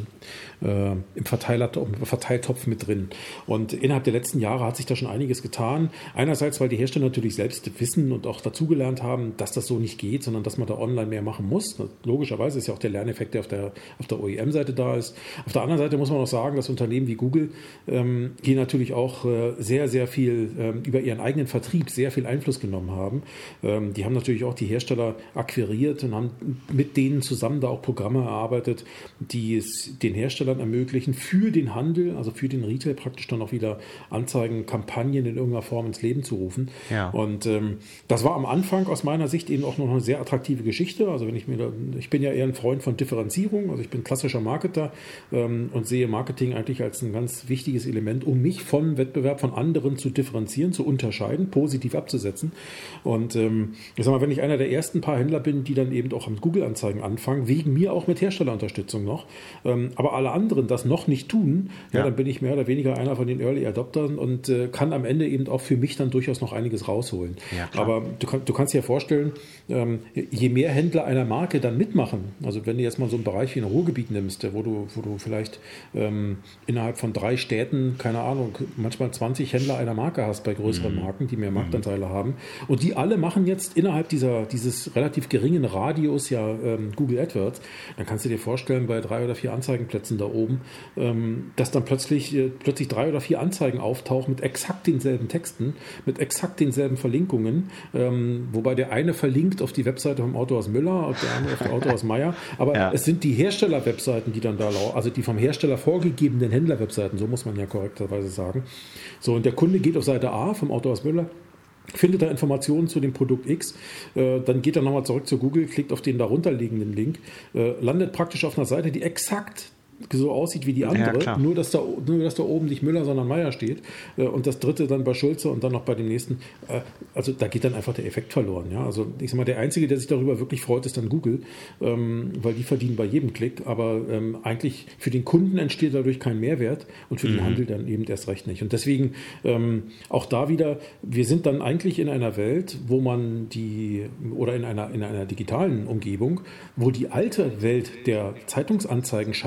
S2: im, äh, im Verteiler, im Verteiltopf mit drin. Und innerhalb der letzten Jahre hat sich da schon einiges getan. Einerseits, weil die Hersteller natürlich selbst wissen und auch dazugelernt haben, dass das so nicht geht, sondern dass man da online mehr machen muss. Logischerweise ist ja auch der Lerneffekt, der auf der, auf der O E M-Seite da ist. Auf der anderen Seite muss man auch sagen, dass Unternehmen wie Google ähm, hier natürlich auch äh, sehr, sehr viel ähm, über ihren eigenen Vertrieb sehr viel Einfluss genommen haben. Ähm, die haben natürlich auch die Hersteller akquiriert und haben mit denen zusammen da auch Programme erarbeitet, die es den Herstellern ermöglichen, für den Handel, also für den Retail praktisch dann auch wieder Anzeigen, Kampagnen in irgendeiner Form ins Leben zu rufen. Ja. Und ähm, das war am Anfang aus meiner Sicht eben auch noch eine sehr attraktive Geschichte. Also wenn ich mir da, ich bin ja eher ein Freund von Differenzierung, also ich bin klassischer Marketer ähm, und sehe Marketing eigentlich als ein ganz wichtiges Element, um mich vom Wettbewerb von anderen zu differenzieren, zu unterscheiden, positiv abzusetzen. Und ähm, ich sag mal, wenn ich einer der ersten paar Händler bin, die dann eben auch am Google-Anzeigen anfangen, wegen mir auch mit Herstellerunterstützung noch, ähm, aber alle anderen das noch nicht tun, ja. Ja, dann bin ich mehr oder weniger einer von den Early Adoptern und äh, kann am Ende eben auch für mich dann durchaus noch einiges rausholen. Ja, aber du, kann, du kannst dir ja vorstellen, ähm, je mehr Händler einer Marke dann mitmachen, also wenn du jetzt mal so einen Bereich wie ein Ruhrgebiet nimmst, wo du, wo du vielleicht ähm, innerhalb von drei Städten, keine Ahnung, manchmal zwanzig Händler einer Marke hast bei größeren mhm. Marken, die mehr Marktanteile mhm. haben. Und die alle machen jetzt innerhalb dieser, dieses relativ geringen Radius ja ähm, Google AdWords. Dann kannst du dir vorstellen, bei drei oder vier Anzeigenplätzen da oben, ähm, dass dann plötzlich, äh, plötzlich drei oder vier Anzeigen auftauchen mit exakt denselben Texten, mit exakt denselben Verlinkungen, ähm, wobei der eine verlinkt auf die Webseite vom Autohaus Müller und der andere auf die Autohaus Meier. Aber ja. es sind die Hersteller-Webseiten, die dann da laufen, also die vom Hersteller vorgegebenen Händler-Webseiten, so muss man ja korrekterweise sagen. So, und der Kunde geht auf Seite A vom Autohaus Müller, findet da Informationen zu dem Produkt X, äh, dann geht er nochmal zurück zu Google, klickt auf den darunterliegenden Link, äh, landet praktisch auf einer Seite, die exakt so aussieht wie die andere, ja, nur, dass da, nur dass da oben nicht Müller, sondern Meier steht äh, und das dritte dann bei Schulze und dann noch bei dem nächsten. Äh, also da geht dann einfach der Effekt verloren. Ja? Also ich sag mal, der Einzige, der sich darüber wirklich freut, ist dann Google, ähm, weil die verdienen bei jedem Klick, aber ähm, eigentlich für den Kunden entsteht dadurch kein Mehrwert und für mhm. den Handel dann eben erst recht nicht. Und deswegen ähm, auch da wieder, wir sind dann eigentlich in einer Welt, wo man die, oder in einer, in einer digitalen Umgebung, wo die alte Welt der Zeitungsanzeigenschaltung, ja,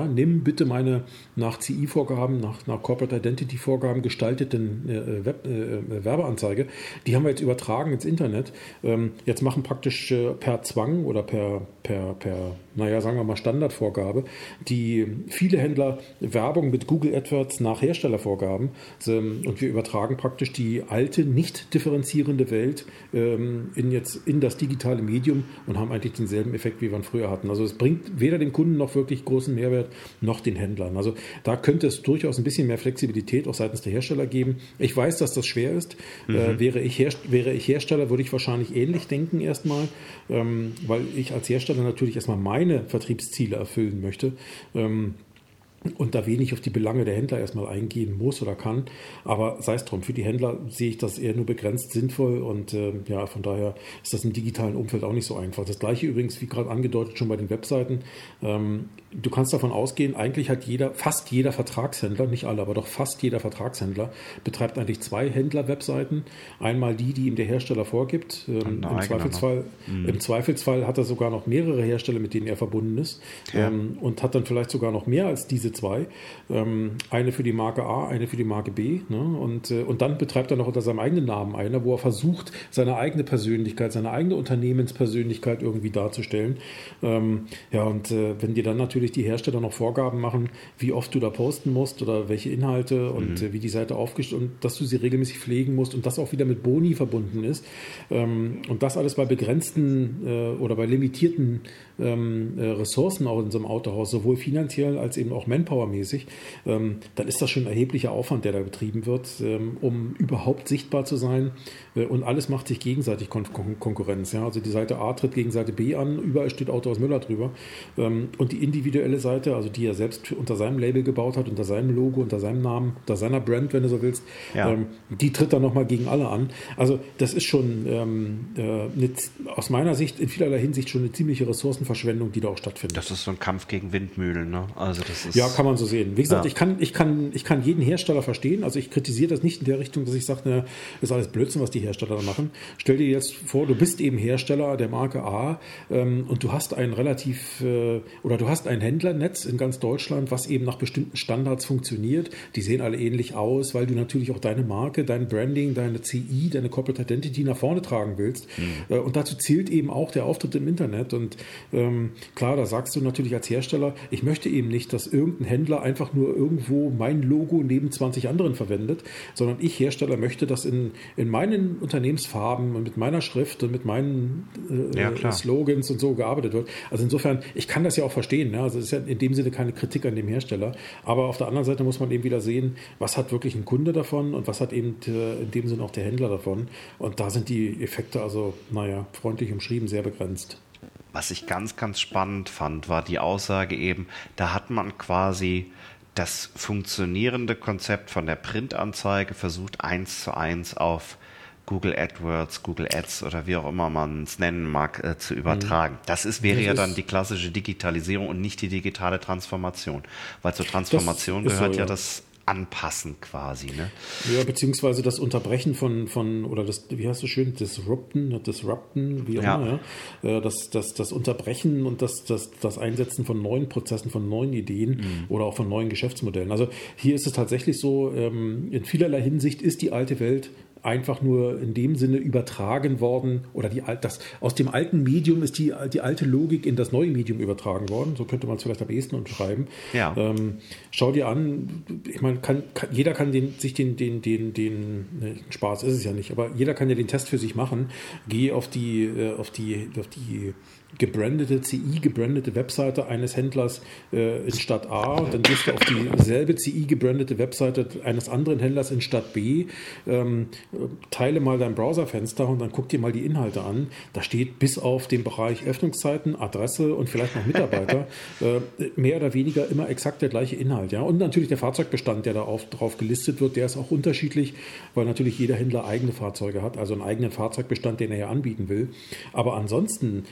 S2: ja, nimm bitte meine nach C I-Vorgaben, nach, nach Corporate Identity-Vorgaben gestalteten äh, Web, äh, Werbeanzeige, die haben wir jetzt übertragen ins Internet. Ähm, jetzt machen praktisch äh, per Zwang oder per, per, per, naja, sagen wir mal Standardvorgabe, die viele Händler Werbung mit Google AdWords nach Herstellervorgaben, ähm, und wir übertragen praktisch die alte, nicht differenzierende Welt ähm, in, jetzt, in das digitale Medium und haben eigentlich denselben Effekt, wie wir ihn früher hatten. Also es bringt weder dem Kunden noch wirklich großen Mehrwert, noch den Händlern. Also da könnte es durchaus ein bisschen mehr Flexibilität auch seitens der Hersteller geben. Ich weiß, dass das schwer ist. Mhm. Äh, wäre, ich Herst- wäre ich Hersteller, würde ich wahrscheinlich ähnlich denken erstmal, ähm, weil ich als Hersteller natürlich erstmal meine Vertriebsziele erfüllen möchte. Ähm, und da wenig auf die Belange der Händler erstmal eingehen muss oder kann. Aber sei es drum, für die Händler sehe ich das eher nur begrenzt sinnvoll und äh, ja, von daher ist das im digitalen Umfeld auch nicht so einfach. Das gleiche übrigens, wie gerade angedeutet, schon bei den Webseiten. Ähm, du kannst davon ausgehen, eigentlich hat jeder, fast jeder Vertragshändler, nicht alle, aber doch fast jeder Vertragshändler betreibt eigentlich zwei Händler-Webseiten. Einmal die, die ihm der Hersteller vorgibt. Ähm, im, Zweifelsfall, mhm. Im Zweifelsfall hat er sogar noch mehrere Hersteller, mit denen er verbunden ist, ja. ähm, und hat dann vielleicht sogar noch mehr als diese zwei. Ähm, eine für die Marke A, eine für die Marke B. Ne? Und, äh, und dann betreibt er noch unter seinem eigenen Namen eine, wo er versucht, seine eigene Persönlichkeit, seine eigene Unternehmenspersönlichkeit irgendwie darzustellen. Ähm, ja, und äh, wenn dir dann natürlich die Hersteller noch Vorgaben machen, wie oft du da posten musst oder welche Inhalte und mhm. äh, wie die Seite aufgestellt und dass du sie regelmäßig pflegen musst und das auch wieder mit Boni verbunden ist. Ähm, und das alles bei begrenzten äh, oder bei limitierten ähm, äh, Ressourcen auch in so einem Autohaus, sowohl finanziell als eben auch manpowermäßig, ähm, dann ist das schon ein erheblicher Aufwand, der da betrieben wird, ähm, um überhaupt sichtbar zu sein. Äh, und alles macht sich gegenseitig Kon- Kon- Konkurrenz. Ja? Also die Seite A tritt gegen Seite B an, überall steht Autohaus Müller drüber. Ähm, und die individuelle Seite, also die er selbst unter seinem Label gebaut hat, unter seinem Logo, unter seinem Namen, unter seiner Brand, wenn du so willst, ja. ähm, die tritt dann nochmal gegen alle an. Also das ist schon ähm, äh, eine, aus meiner Sicht in vielerlei Hinsicht schon eine ziemliche Ressourcenverschwendung, die da auch stattfindet.
S1: Das ist so ein Kampf gegen Windmühlen, ne? Also das ist
S2: ja, kann man so sehen. Wie gesagt,
S1: ja.
S2: ich, kann, ich, kann, ich kann jeden Hersteller verstehen. Also ich kritisiere das nicht in der Richtung, dass ich sage, ne, das ist alles Blödsinn, was die Hersteller da machen. Stell dir jetzt vor, du bist eben Hersteller der Marke A ähm, und du hast ein relativ äh, oder du hast ein Händlernetz in ganz Deutschland, was eben nach bestimmten Standards funktioniert. Die sehen alle ähnlich aus, weil du natürlich auch deine Marke, dein Branding, deine C I, deine Corporate Identity nach vorne tragen willst. Mhm. Äh, und dazu zählt eben auch der Auftritt im Internet. Und ähm, klar, da sagst du natürlich als Hersteller, ich möchte eben nicht, dass irgendein Händler einfach nur irgendwo mein Logo neben zwanzig anderen verwendet, sondern ich Hersteller möchte, dass in, in meinen Unternehmensfarben und mit meiner Schrift und mit meinen äh, ja, Slogans und so gearbeitet wird. Also insofern, ich kann das ja auch verstehen. Ne? Also es ist ja in dem Sinne keine Kritik an dem Hersteller. Aber auf der anderen Seite muss man eben wieder sehen, was hat wirklich ein Kunde davon und was hat eben äh, in dem Sinne auch der Händler davon. Und da sind die Effekte also, naja, freundlich umschrieben, sehr begrenzt.
S1: Was ich ganz, ganz spannend fand, war die Aussage eben, da hat man quasi das funktionierende Konzept von der Printanzeige versucht, eins zu eins auf Google AdWords, Google Ads oder wie auch immer man es nennen mag, äh, zu übertragen. Das ist, wäre das ja dann die klassische Digitalisierung und nicht die digitale Transformation. Weil zur Transformation gehört so, ja, ja das Anpassen quasi, ne?
S2: Ja, beziehungsweise das Unterbrechen von, von oder das, wie heißt du schön, Disrupten, Disrupten, wie auch ja. immer, ja. Das, das, das Unterbrechen und das, das, das Einsetzen von neuen Prozessen, von neuen Ideen mhm. oder auch von neuen Geschäftsmodellen. Also hier ist es tatsächlich so, in vielerlei Hinsicht ist die alte Welt einfach nur in dem Sinne übertragen worden oder die, das, aus dem alten Medium ist die, die alte Logik in das neue Medium übertragen worden. So könnte man es vielleicht am ehesten umschreiben. Ja. Ähm, schau dir an, ich meine, kann, kann, jeder kann den, sich den, den, den, den ne, Spaß ist es ja nicht, aber jeder kann ja den Test für sich machen. Geh auf die, auf die, auf die gebrandete, C I-gebrandete Webseite eines Händlers äh, in Stadt A und dann gehst du auf dieselbe C I-gebrandete Webseite eines anderen Händlers in Stadt B, ähm, teile mal dein Browserfenster und dann guck dir mal die Inhalte an. Da steht bis auf den Bereich Öffnungszeiten, Adresse und vielleicht noch Mitarbeiter äh, mehr oder weniger immer exakt der gleiche Inhalt. Ja? Und natürlich der Fahrzeugbestand, der da auf, drauf gelistet wird, der ist auch unterschiedlich, weil natürlich jeder Händler eigene Fahrzeuge hat, also einen eigenen Fahrzeugbestand, den er ja anbieten will. Aber ansonsten, ich sag mal, in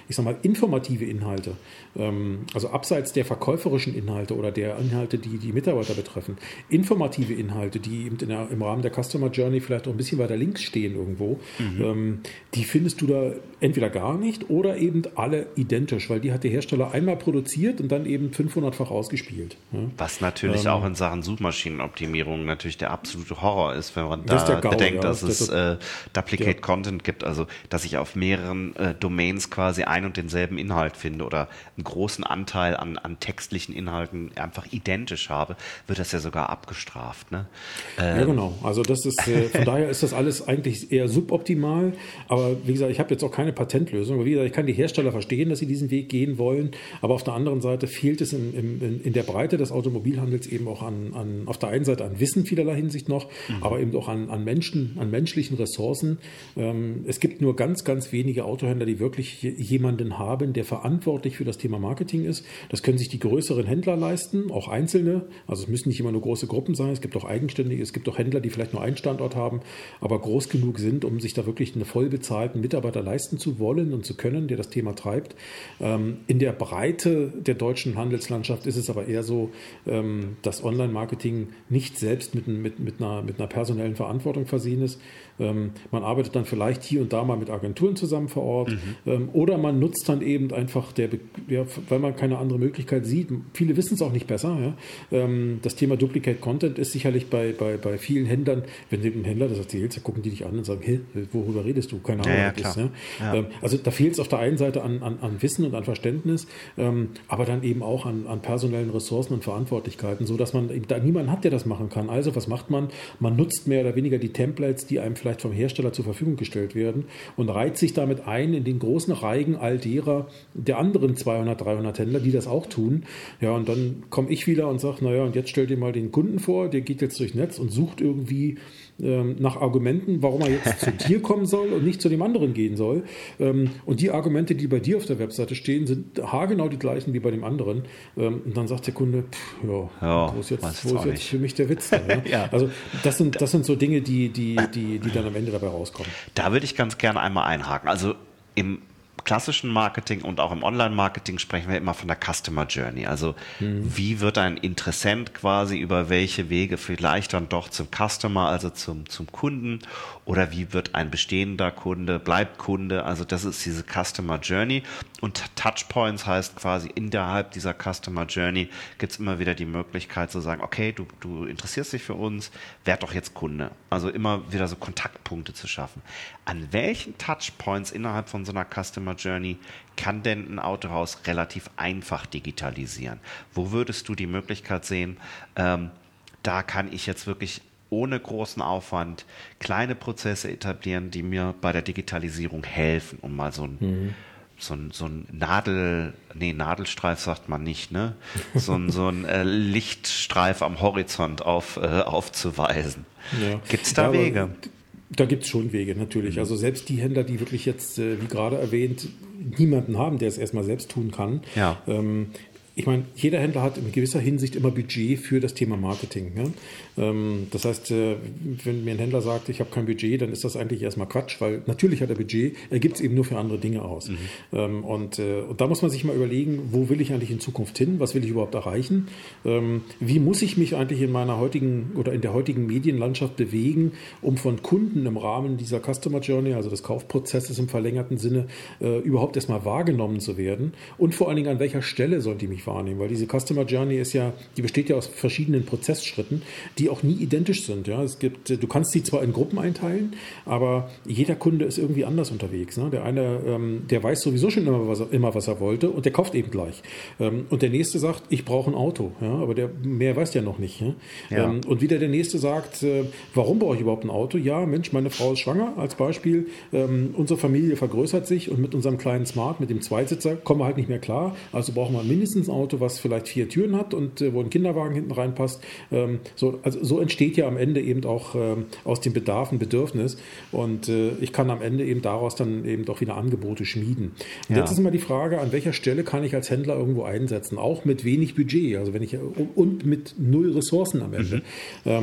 S2: informative Inhalte, ähm, also abseits der verkäuferischen Inhalte oder der Inhalte, die die Mitarbeiter betreffen, informative Inhalte, die eben in der, im Rahmen der Customer Journey vielleicht auch ein bisschen weiter links stehen irgendwo, mhm. ähm, die findest du da entweder gar nicht oder eben alle identisch, weil die hat der Hersteller einmal produziert und dann eben fünfhundertfach ausgespielt. Ja?
S1: Was natürlich ähm, auch in Sachen Suchmaschinenoptimierung natürlich der absolute Horror ist, wenn man
S2: das
S1: da
S2: GAU,
S1: bedenkt,
S2: ja,
S1: dass
S2: das
S1: es äh, Duplicate
S2: ja.
S1: Content gibt, also dass ich auf mehreren äh, Domains quasi ein und denselben Inhalt finde oder einen großen Anteil an, an textlichen Inhalten einfach identisch habe, wird das ja sogar abgestraft. Ne?
S2: Ähm. Ja, genau. Also das ist, äh, von daher ist das alles eigentlich eher suboptimal, aber wie gesagt, ich habe jetzt auch keine Patentlösung, aber wie gesagt, ich kann die Hersteller verstehen, dass sie diesen Weg gehen wollen, aber auf der anderen Seite fehlt es in, in, in der Breite des Automobilhandels eben auch an, an, auf der einen Seite an Wissen vielerlei Hinsicht noch, mhm. aber eben auch an, an Menschen, an menschlichen Ressourcen. Ähm, es gibt nur ganz, ganz wenige Autohändler, die wirklich jemanden haben, der verantwortlich für das Thema Marketing ist. Das können sich die größeren Händler leisten, auch einzelne. Also es müssen nicht immer nur große Gruppen sein. Es gibt auch eigenständige, es gibt auch Händler, die vielleicht nur einen Standort haben, aber groß genug sind, um sich da wirklich einen voll bezahlten Mitarbeiter leisten zu wollen und zu können, der das Thema treibt. Ähm, in der Breite der deutschen Handelslandschaft ist es aber eher so, ähm, dass Online-Marketing nicht selbst mit, mit, mit, einer, mit einer personellen Verantwortung versehen ist. Ähm, man arbeitet dann vielleicht hier und da mal mit Agenturen zusammen vor Ort mhm. ähm, oder man nutzt dann eben einfach, der, ja, weil man keine andere Möglichkeit sieht. Viele wissen es auch nicht besser. Ja? Ähm, das Thema Duplicate Content ist sicherlich bei, bei, bei vielen Händlern, wenn du dem Händler das erzählst, dann gucken die dich an und sagen, hey, worüber redest du? Keine Ahnung.
S1: Ja, ja, klar.
S2: Ist, ja? Ja. Ähm, also da fehlt es auf der einen Seite an, an, an Wissen und an Verständnis, ähm, aber dann eben auch an, an personellen Ressourcen und Verantwortlichkeiten, sodass man da niemanden hat, der das machen kann. Also was macht man? Man nutzt mehr oder weniger die Templates, die einem vielleicht vom Hersteller zur Verfügung gestellt werden und reiht sich damit ein in den großen Reigen all derer, der anderen zweihundert, dreihundert Händler, die das auch tun. Ja, und dann komme ich wieder und sage, naja, und jetzt stell dir mal den Kunden vor, der geht jetzt durchs Netz und sucht irgendwie ähm, nach Argumenten, warum er jetzt zu dir kommen soll und nicht zu dem anderen gehen soll. Ähm, und die Argumente, die bei dir auf der Webseite stehen, sind haargenau die gleichen wie bei dem anderen. Ähm, und dann sagt der Kunde, pff, ja,
S1: ja,
S2: wo ist jetzt, wo ist jetzt für mich der Witz da? Ja? Ja. Also das sind, das sind so Dinge, die, die, die, die dann am Ende dabei rauskommen.
S1: Da würde ich ganz gerne einmal einhaken. Also im klassischen Marketing und auch im Online-Marketing sprechen wir immer von der Customer Journey. Also mhm. wie wird ein Interessent quasi über welche Wege vielleicht dann doch zum Customer, also zum, zum Kunden, oder wie wird ein bestehender Kunde, bleibt Kunde, also das ist diese Customer Journey. Und Touchpoints heißt quasi innerhalb dieser Customer Journey gibt es immer wieder die Möglichkeit zu sagen, okay, du, du interessierst dich für uns, werd doch jetzt Kunde. Also immer wieder so Kontaktpunkte zu schaffen. An welchen Touchpoints innerhalb von so einer Customer Journey kann denn ein Autohaus relativ einfach digitalisieren? Wo würdest du die Möglichkeit sehen, ähm, da kann ich jetzt wirklich ohne großen Aufwand kleine Prozesse etablieren, die mir bei der Digitalisierung helfen, um mal so ein mhm. So ein, so ein Nadel, nee, Nadelstreif sagt man nicht, ne? So ein, so ein äh, Lichtstreif am Horizont auf, äh, aufzuweisen. Ja. Gibt es da ja, Wege?
S2: Da gibt es schon Wege, natürlich. Mhm. Also selbst die Händler, die wirklich jetzt, äh, wie gerade erwähnt, niemanden haben, der es erstmal selbst tun kann.
S1: Ja.
S2: Ähm, ich meine, jeder Händler hat in gewisser Hinsicht immer Budget für das Thema Marketing. Ja? Ähm, das heißt, äh, wenn mir ein Händler sagt, ich habe kein Budget, dann ist das eigentlich erstmal Quatsch, weil natürlich hat er Budget, er gibt es eben nur für andere Dinge aus. Mhm. Ähm, und, äh, und da muss man sich mal überlegen, wo will ich eigentlich in Zukunft hin, was will ich überhaupt erreichen, ähm, wie muss ich mich eigentlich in meiner heutigen oder in der heutigen Medienlandschaft bewegen, um von Kunden im Rahmen dieser Customer Journey, also des Kaufprozesses im verlängerten Sinne, äh, überhaupt erstmal wahrgenommen zu werden und vor allen Dingen an welcher Stelle sollen die mich wahrnehmen, weil diese Customer Journey ist ja, die besteht ja aus verschiedenen Prozessschritten, die auch nie identisch sind. Ja, es gibt, du kannst sie zwar in Gruppen einteilen, aber jeder Kunde ist irgendwie anders unterwegs. Ne? Der eine, ähm, der weiß sowieso schon immer was, er, immer, was er wollte und der kauft eben gleich. Ähm, und der nächste sagt, ich brauche ein Auto, ja? Aber der mehr weiß ja noch nicht. Ja? Ja. Ähm, und wieder der nächste sagt, äh, warum brauche ich überhaupt ein Auto? Ja, Mensch, meine Frau ist schwanger, als Beispiel. Ähm, unsere Familie vergrößert sich und mit unserem kleinen Smart, mit dem Zweisitzer, kommen wir halt nicht mehr klar. Also brauchen wir mindestens ein Auto, was vielleicht vier Türen hat und äh, wo ein Kinderwagen hinten reinpasst. Ähm, so, also so entsteht ja am Ende eben auch ähm, aus dem Bedarf ein Bedürfnis und äh, ich kann am Ende eben daraus dann eben doch wieder Angebote schmieden. Und ja. Jetzt ist immer die Frage, an welcher Stelle kann ich als Händler irgendwo einsetzen, auch mit wenig Budget, also wenn ich und mit null Ressourcen am Ende. Mhm. Ähm,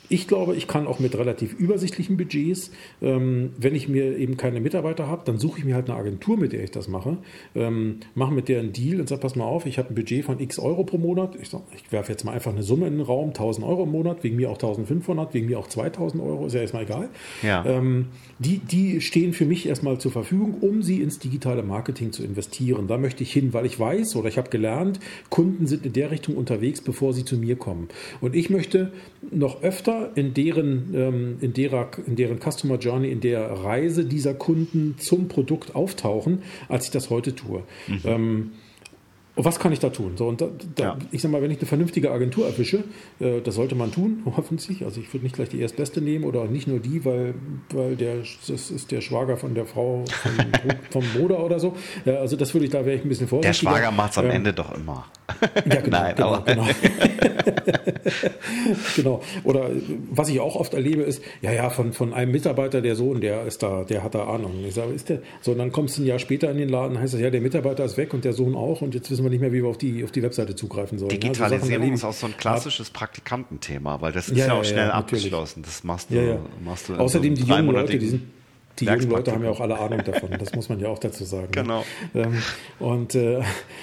S2: Ich glaube, ich kann auch mit relativ übersichtlichen Budgets, ähm, wenn ich mir eben keine Mitarbeiter habe, dann suche ich mir halt eine Agentur, mit der ich das mache, ähm, mache mit der einen Deal und sage, pass mal auf, ich habe ein Budget von x Euro pro Monat. Ich, ich werfe jetzt mal einfach eine Summe in den Raum, tausend Euro im Monat, wegen mir auch eintausendfünfhundert, wegen mir auch zweitausend Euro, ist ja erstmal egal.
S1: Ja.
S2: Ähm, die, die stehen für mich erstmal zur Verfügung, um sie ins digitale Marketing zu investieren. Da möchte ich hin, weil ich weiß oder ich habe gelernt, Kunden sind in der Richtung unterwegs, bevor sie zu mir kommen. Und ich möchte noch öfter in deren, ähm, in, derer, in deren Customer Journey, in der Reise dieser Kunden zum Produkt auftauchen, als ich das heute tue. Mhm. Ähm, Und was kann ich da tun? So, und da, da, ja. Ich sag mal, wenn ich eine vernünftige Agentur erwische, äh, das sollte man tun, hoffentlich. Also ich würde nicht gleich die erstbeste nehmen oder nicht nur die, weil, weil der, das ist der Schwager von der Frau vom, vom Bruder oder so. Ja, also das würde ich, da wäre ich ein bisschen vorsichtiger.
S1: Der Schwager macht es am ähm, Ende doch immer.
S2: Ja, genau.
S1: Nein,
S2: genau,
S1: aber
S2: genau. Genau. Oder was ich auch oft erlebe, ist, ja, ja, von, von einem Mitarbeiter, der Sohn, der ist da, der hat da Ahnung. Ich sage, ist der? So, und dann kommst du ein Jahr später in den Laden, heißt das, ja, der Mitarbeiter ist weg und der Sohn auch und jetzt wissen wir nicht mehr, wie wir auf die, auf die Webseite zugreifen sollen.
S1: Digitalisierung
S2: ja, so
S1: ist auch so ein klassisches Praktikantenthema, weil das ist
S2: ja,
S1: ja auch
S2: ja,
S1: schnell
S2: ja,
S1: abgeschlossen. Das machst du,
S2: ja, ja.
S1: machst du
S2: Außerdem
S1: so
S2: die jungen Leute, die sind Die jungen Leute haben ja auch
S1: Werkspraktikum.
S2: alle Ahnung davon, das muss man ja auch dazu sagen.
S1: Genau.
S2: Ne? Ähm, und äh, äh,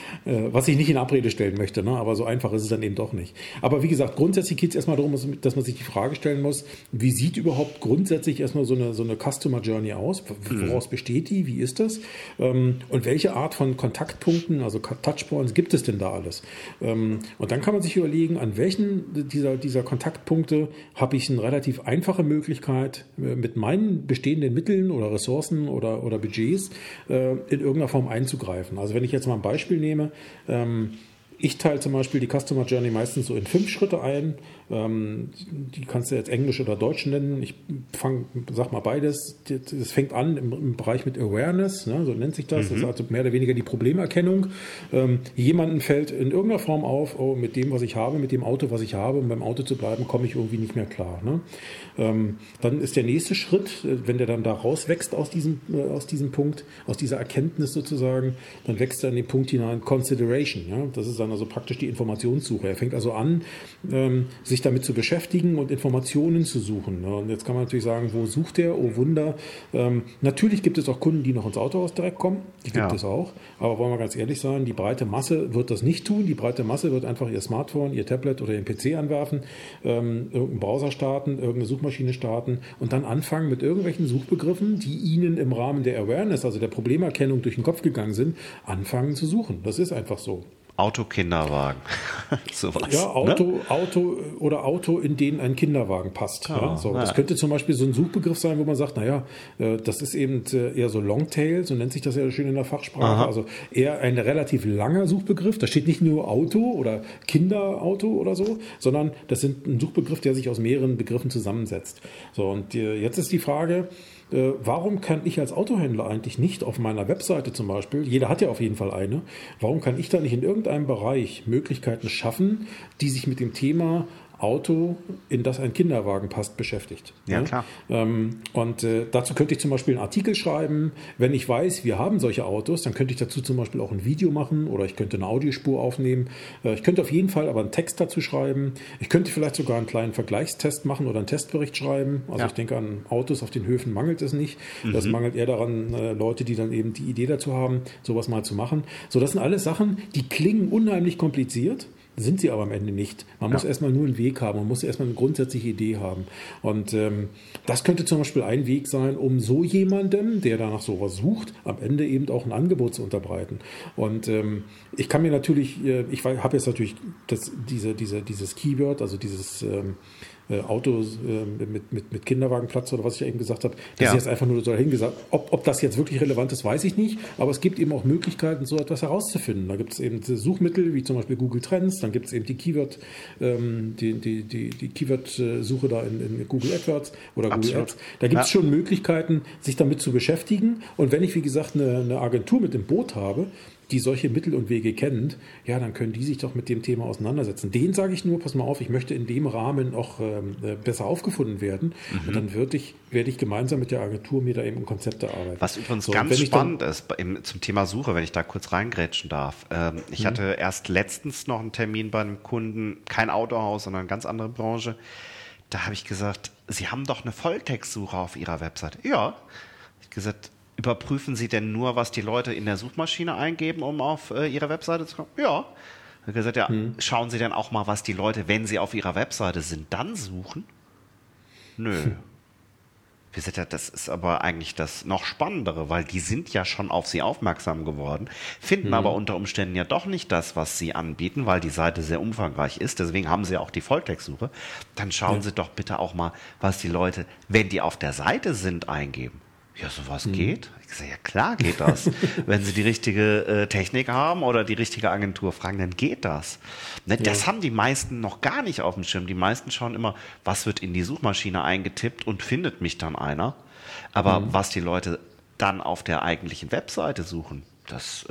S2: was ich nicht in Abrede stellen möchte, ne? Aber so einfach ist es dann eben doch nicht. Aber wie gesagt, grundsätzlich geht es erstmal darum, dass man sich die Frage stellen muss, wie sieht überhaupt grundsätzlich erstmal so eine, so eine Customer Journey aus? Woraus besteht die? Wie ist das? Ähm, und welche Art von Kontaktpunkten, also Touchpoints, gibt es denn da alles? Ähm, und dann kann man sich überlegen, an welchen dieser, dieser Kontaktpunkte habe ich eine relativ einfache Möglichkeit, mit meinen bestehenden Mitteln oder Ressourcen oder, oder Budgets äh, in irgendeiner Form einzugreifen. Also wenn ich jetzt mal ein Beispiel nehme, ähm, ich teile zum Beispiel die Customer Journey meistens so in fünf Schritte ein. Ähm, die kannst du jetzt Englisch oder Deutsch nennen. Ich fang, sag mal beides. Das fängt an im, im Bereich mit Awareness, ne? So nennt sich das. Mhm. Das ist also mehr oder weniger die Problemerkennung. Ähm, jemandem fällt in irgendeiner Form auf, oh, mit dem, was ich habe, mit dem Auto, was ich habe, um beim Auto zu bleiben, komme ich irgendwie nicht mehr klar. Ne? Ähm, dann ist der nächste Schritt, wenn der dann da rauswächst aus diesem, äh, aus diesem Punkt, aus dieser Erkenntnis sozusagen, dann wächst er in den Punkt hinein Consideration. Ja? Das ist dann also praktisch die Informationssuche. Er fängt also an, ähm, sich damit zu beschäftigen und Informationen zu suchen. Und jetzt kann man natürlich sagen, wo sucht er? Oh Wunder. Ähm, natürlich gibt es auch Kunden, die noch ins Autohaus direkt kommen. Die gibt
S1: ja.
S2: es auch. Aber wollen wir ganz ehrlich sein, die breite Masse wird das nicht tun. Die breite Masse wird einfach ihr Smartphone, ihr Tablet oder ihren P C anwerfen, ähm, irgendeinen Browser starten, irgendeine Suchmaschine starten und dann anfangen mit irgendwelchen Suchbegriffen, die ihnen im Rahmen der Awareness, also der Problemerkennung durch den Kopf gegangen sind, anfangen zu suchen. Das ist einfach so.
S1: Auto, Kinderwagen, sowas.
S2: Ja, Auto,
S1: ne?
S2: Auto oder Auto, in den ein Kinderwagen passt.
S1: Oh,
S2: ja, so.
S1: ja.
S2: Das könnte zum Beispiel so ein Suchbegriff sein, wo man sagt, naja, das ist eben eher so Longtail, so nennt sich das ja schön in der Fachsprache. Aha. Also eher ein relativ langer Suchbegriff. Da steht nicht nur Auto oder Kinderauto oder so, sondern das sind ein Suchbegriff, der sich aus mehreren Begriffen zusammensetzt. So, und jetzt ist die Frage, warum kann ich als Autohändler eigentlich nicht auf meiner Webseite zum Beispiel, jeder hat ja auf jeden Fall eine, warum kann ich da nicht in irgendeinem Bereich Möglichkeiten schaffen, die sich mit dem Thema Auto, in das ein Kinderwagen passt, beschäftigt.
S1: Ja,
S2: ne?
S1: klar.
S2: Ähm, und äh, dazu könnte ich zum Beispiel einen Artikel schreiben. Wenn ich weiß, wir haben solche Autos, dann könnte ich dazu zum Beispiel auch ein Video machen oder ich könnte eine Audiospur aufnehmen. Äh, ich könnte auf jeden Fall aber einen Text dazu schreiben. Ich könnte vielleicht sogar einen kleinen Vergleichstest machen oder einen Testbericht schreiben. Also
S1: ja.
S2: ich denke, an Autos auf den Höfen mangelt es nicht. Mhm. Das mangelt eher daran, äh, Leute, die dann eben die Idee dazu haben, sowas mal zu machen. So, das sind alles Sachen, die klingen unheimlich kompliziert. Sind sie aber am Ende nicht. Man ja. muss erstmal nur einen Weg haben, man muss erstmal eine grundsätzliche Idee haben. Und ähm, das könnte zum Beispiel ein Weg sein, um so jemandem, der danach sowas sucht, am Ende eben auch ein Angebot zu unterbreiten. Und ähm, ich kann mir natürlich, äh, ich habe jetzt natürlich das, diese, diese, dieses Keyword, also dieses ähm, Autos äh, mit, mit, mit Kinderwagenplatz oder was ich ja eben gesagt habe, das
S1: ja.
S2: ist jetzt einfach nur so dahingesagt. Ob, ob das jetzt wirklich relevant ist, weiß ich nicht, aber es gibt eben auch Möglichkeiten, so etwas herauszufinden. Da gibt es eben Suchmittel, wie zum Beispiel Google Trends, dann gibt es eben die Keyword, ähm, die, die, die, die Keyword-Suche da in, in Google AdWords oder Google
S1: Absolut.
S2: Ads. Da gibt es ja. schon Möglichkeiten, sich damit zu beschäftigen. Und wenn ich, wie gesagt, eine, eine Agentur mit im Boot habe, die solche Mittel und Wege kennt, ja, dann können die sich doch mit dem Thema auseinandersetzen. Denen sage ich nur, pass mal auf, ich möchte in dem Rahmen auch ähm, besser aufgefunden werden. Mhm. Und dann werde ich, werde ich gemeinsam mit der Agentur mir da eben ein Konzept erarbeiten.
S1: Was übrigens
S2: so,
S1: ganz spannend ist im, zum Thema Suche, wenn ich da kurz reingrätschen darf. Ähm, ich mhm. hatte erst letztens noch einen Termin bei einem Kunden, kein Autohaus, sondern eine ganz andere Branche. Da habe ich gesagt, Sie haben doch eine Volltextsuche auf Ihrer Webseite. Ja. Ich habe gesagt, überprüfen Sie denn nur, was die Leute in der Suchmaschine eingeben, um auf äh, Ihre Webseite zu kommen? Ja. Ich habe gesagt, ja, hm. schauen Sie denn auch mal, was die Leute, wenn sie auf Ihrer Webseite sind, dann suchen? Nö. Hm. Wir sind ja, das ist aber eigentlich das noch Spannendere, weil die sind ja schon auf Sie aufmerksam geworden, finden hm. aber unter Umständen ja doch nicht das, was Sie anbieten, weil die Seite sehr umfangreich ist. Deswegen haben Sie ja auch die Volltextsuche. Dann schauen ja. Sie doch bitte auch mal, was die Leute, wenn die auf der Seite sind, eingeben. Ja, sowas hm. geht. Ich sage, ja klar geht das. Wenn Sie die richtige äh, Technik haben oder die richtige Agentur fragen, dann geht das. Ne, ja. Das haben die meisten noch gar nicht auf dem Schirm. Die meisten schauen immer, was wird in die Suchmaschine eingetippt und findet mich dann einer. Aber hm. was die Leute dann auf der eigentlichen Webseite suchen, das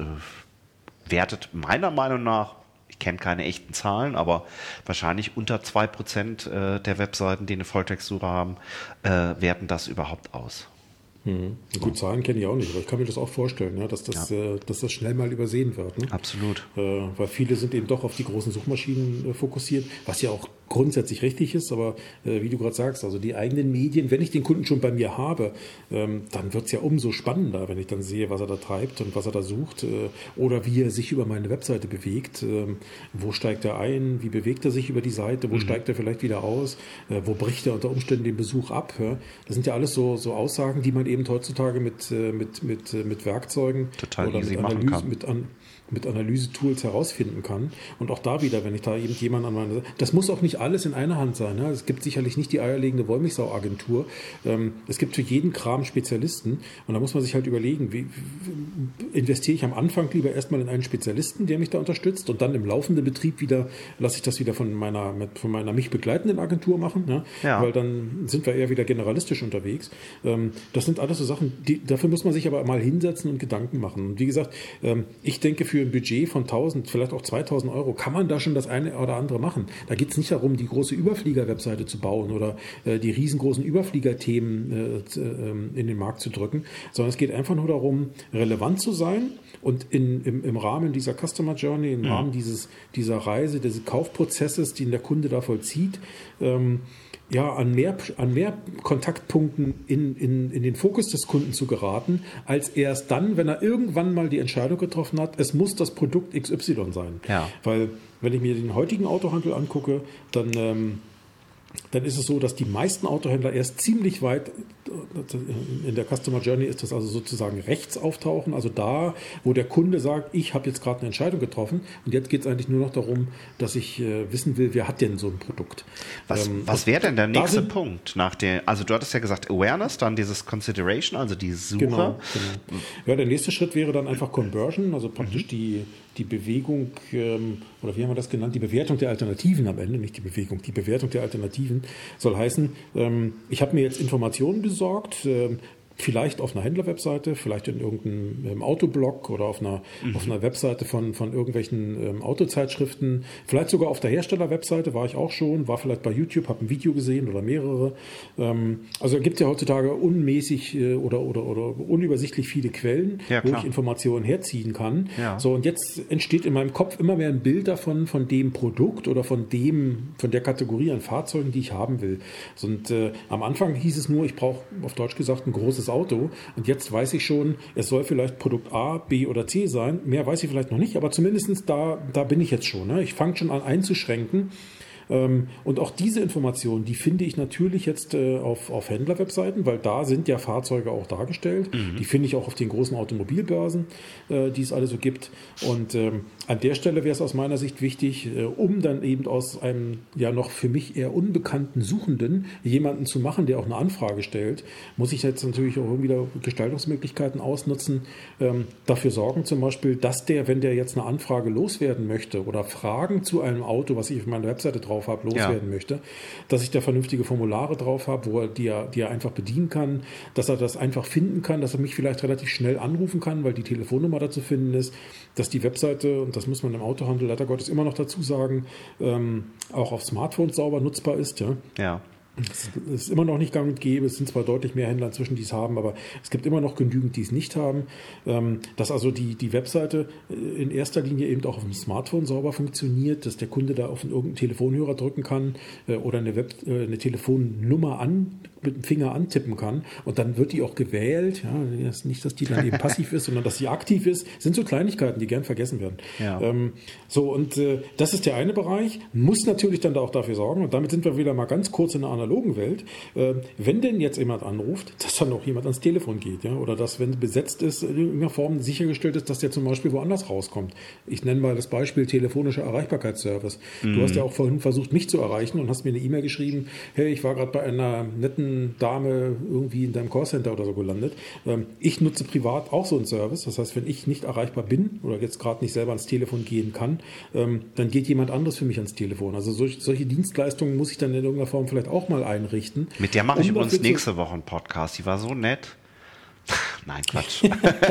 S1: äh, wertet meiner Meinung nach, ich kenne keine echten Zahlen, aber wahrscheinlich unter zwei Prozent äh, der Webseiten, die eine Volltextsuche haben, äh, werten das überhaupt aus.
S2: Hm. Gut, Zahlen kenne ich auch nicht, aber ich kann mir das auch vorstellen, ja, dass, das, ja. äh, dass das schnell mal übersehen wird. Ne?
S1: Absolut.
S2: Äh, weil viele sind eben doch auf die großen Suchmaschinen äh, fokussiert, was ja auch grundsätzlich richtig ist, aber äh, wie du gerade sagst, also die eigenen Medien, wenn ich den Kunden schon bei mir habe, ähm, dann wird es ja umso spannender, wenn ich dann sehe, was er da treibt und was er da sucht äh, oder wie er sich über meine Webseite bewegt. Ähm, wo steigt er ein? Wie bewegt er sich über die Seite? Wo mhm. steigt er vielleicht wieder aus? Äh, wo bricht er unter Umständen den Besuch ab? Ja? Das sind ja alles so, so Aussagen, die man eben heutzutage mit, mit, mit, mit Werkzeugen
S1: Total
S2: oder
S1: easy
S2: mit,
S1: machen
S2: Analyse,
S1: kann.
S2: mit, an, mit Analyse-Tools herausfinden kann. Und auch da wieder, wenn ich da eben jemanden an meine Seite, das muss auch nicht alles in einer Hand sein. Ne? Es gibt sicherlich nicht die eierlegende Wollmilchsau-Agentur. Ähm, es gibt für jeden Kram Spezialisten. Und da muss man sich halt überlegen, wie, wie investiere ich am Anfang lieber erstmal in einen Spezialisten, der mich da unterstützt und dann im laufenden Betrieb wieder, lasse ich das wieder von meiner, von meiner mich begleitenden Agentur machen. Ne?
S1: Ja.
S2: Weil dann sind wir eher wieder generalistisch unterwegs. Ähm, das sind alles so Sachen, die, dafür muss man sich aber mal hinsetzen und Gedanken machen. Und wie gesagt, ähm, ich denke, für ein Budget von tausend, vielleicht auch zweitausend Euro kann man da schon das eine oder andere machen. Da geht es nicht darum, die große Überflieger-Webseite zu bauen oder äh, die riesengroßen Überflieger-Themen äh, äh, in den Markt zu drücken, sondern es geht einfach nur darum, relevant zu sein und in, im, im Rahmen dieser Customer Journey, im mhm. Rahmen dieses, dieser Reise, des Kaufprozesses, den der Kunde da vollzieht, ähm, ja, an mehr, an mehr Kontaktpunkten in, in, in den Fokus des Kunden zu geraten, als erst dann, wenn er irgendwann mal die Entscheidung getroffen hat, es muss das Produkt X Y sein.
S1: Ja.
S2: Weil, wenn ich mir den heutigen Autohandel angucke, dann, ähm, dann ist es so, dass die meisten Autohändler erst ziemlich weit in der Customer Journey ist das also sozusagen rechts auftauchen, also da, wo der Kunde sagt, ich habe jetzt gerade eine Entscheidung getroffen und jetzt geht es eigentlich nur noch darum, dass ich äh, wissen will, wer hat denn so ein Produkt.
S1: Was, ähm, was wäre denn der nächste sind, Punkt nach der, also du hattest ja gesagt Awareness, dann dieses Consideration, also die Suche.
S2: Genau, genau. Ja, der nächste Schritt wäre dann einfach Conversion, also praktisch mhm. die, die Bewegung, ähm, oder wie haben wir das genannt, die Bewertung der Alternativen am Ende, nicht die Bewegung, die Bewertung der Alternativen soll heißen, ähm, ich habe mir jetzt Informationen besorgt, ähm, vielleicht auf einer Händlerwebseite, vielleicht in irgendeinem ähm, Autoblog oder auf einer, mhm. auf einer Webseite von, von irgendwelchen ähm, Autozeitschriften, vielleicht sogar auf der Herstellerwebseite, war ich auch schon, war vielleicht bei YouTube, habe ein Video gesehen oder mehrere. Ähm, also es gibt ja heutzutage unmäßig äh, oder, oder, oder unübersichtlich viele Quellen,
S1: ja,
S2: wo ich Informationen herziehen kann.
S1: Ja.
S2: So, und jetzt entsteht in meinem Kopf immer mehr ein Bild davon, von dem Produkt oder von dem, von der Kategorie an Fahrzeugen, die ich haben will. Und äh, am Anfang hieß es nur, ich brauche auf Deutsch gesagt ein großes Auto und jetzt weiß ich schon, es soll vielleicht Produkt A, B oder C sein. Mehr weiß ich vielleicht noch nicht, aber zumindest da, da bin ich jetzt schon. Ne? Ich fange schon an einzuschränken. Und auch diese Informationen, die finde ich natürlich jetzt äh, auf, auf Händlerwebseiten, weil da sind ja Fahrzeuge auch dargestellt. Mhm. Die finde ich auch auf den großen Automobilbörsen, äh, die es alle so gibt. Und ähm, an der Stelle wäre es aus meiner Sicht wichtig, äh, um dann eben aus einem ja noch für mich eher unbekannten Suchenden jemanden zu machen, der auch eine Anfrage stellt, muss ich jetzt natürlich auch irgendwie da Gestaltungsmöglichkeiten ausnutzen, ähm, dafür sorgen zum Beispiel, dass der, wenn der jetzt eine Anfrage loswerden möchte oder Fragen zu einem Auto, was ich auf meiner Webseite drauf habe, loswerden ja. möchte, dass ich da vernünftige Formulare drauf habe, wo er die, er, die er einfach bedienen kann, dass er das einfach finden kann, dass er mich vielleicht relativ schnell anrufen kann, weil die Telefonnummer dazu finden ist, dass die Webseite, und das muss man im Autohandel leider Gottes immer noch dazu sagen, ähm, auch auf Smartphones sauber nutzbar ist. Ja.
S1: ja.
S2: Es ist immer noch nicht gang und gäbe. Es sind zwar deutlich mehr Händler inzwischen, die es haben, aber es gibt immer noch genügend, die es nicht haben. Dass also die, die Webseite in erster Linie eben auch auf dem Smartphone sauber funktioniert, dass der Kunde da auf irgendeinen Telefonhörer drücken kann oder eine, Web, eine Telefonnummer an, mit dem Finger antippen kann und dann wird die auch gewählt. Ja, nicht, dass die dann eben passiv ist, sondern dass sie aktiv ist. Das sind so Kleinigkeiten, die gern vergessen werden.
S1: Ja.
S2: Ähm, so, und äh, das ist der eine Bereich. Muss natürlich dann da auch dafür sorgen, und damit sind wir wieder mal ganz kurz in der analogen Welt, äh, wenn denn jetzt jemand anruft, dass dann auch jemand ans Telefon geht, ja, oder dass, wenn besetzt ist, in irgendeiner Form sichergestellt ist, dass der zum Beispiel woanders rauskommt. Ich nenne mal das Beispiel telefonischer Erreichbarkeitsservice. Mhm. Du hast ja auch vorhin versucht, mich zu erreichen und hast mir eine E-Mail geschrieben, hey, ich war gerade bei einer netten Dame irgendwie in deinem Callcenter oder so gelandet. Ähm, ich nutze privat auch so einen Service. Das heißt, wenn ich nicht erreichbar bin oder jetzt gerade nicht selber ans Telefon gehen kann, ähm, dann geht jemand anderes für mich ans Telefon. Also solch, solche Dienstleistungen muss ich dann in irgendeiner Form vielleicht auch mal einrichten.
S1: Mit der mache ich
S2: um
S1: übrigens nächste Woche einen Podcast. Die war so nett. Nein, Quatsch.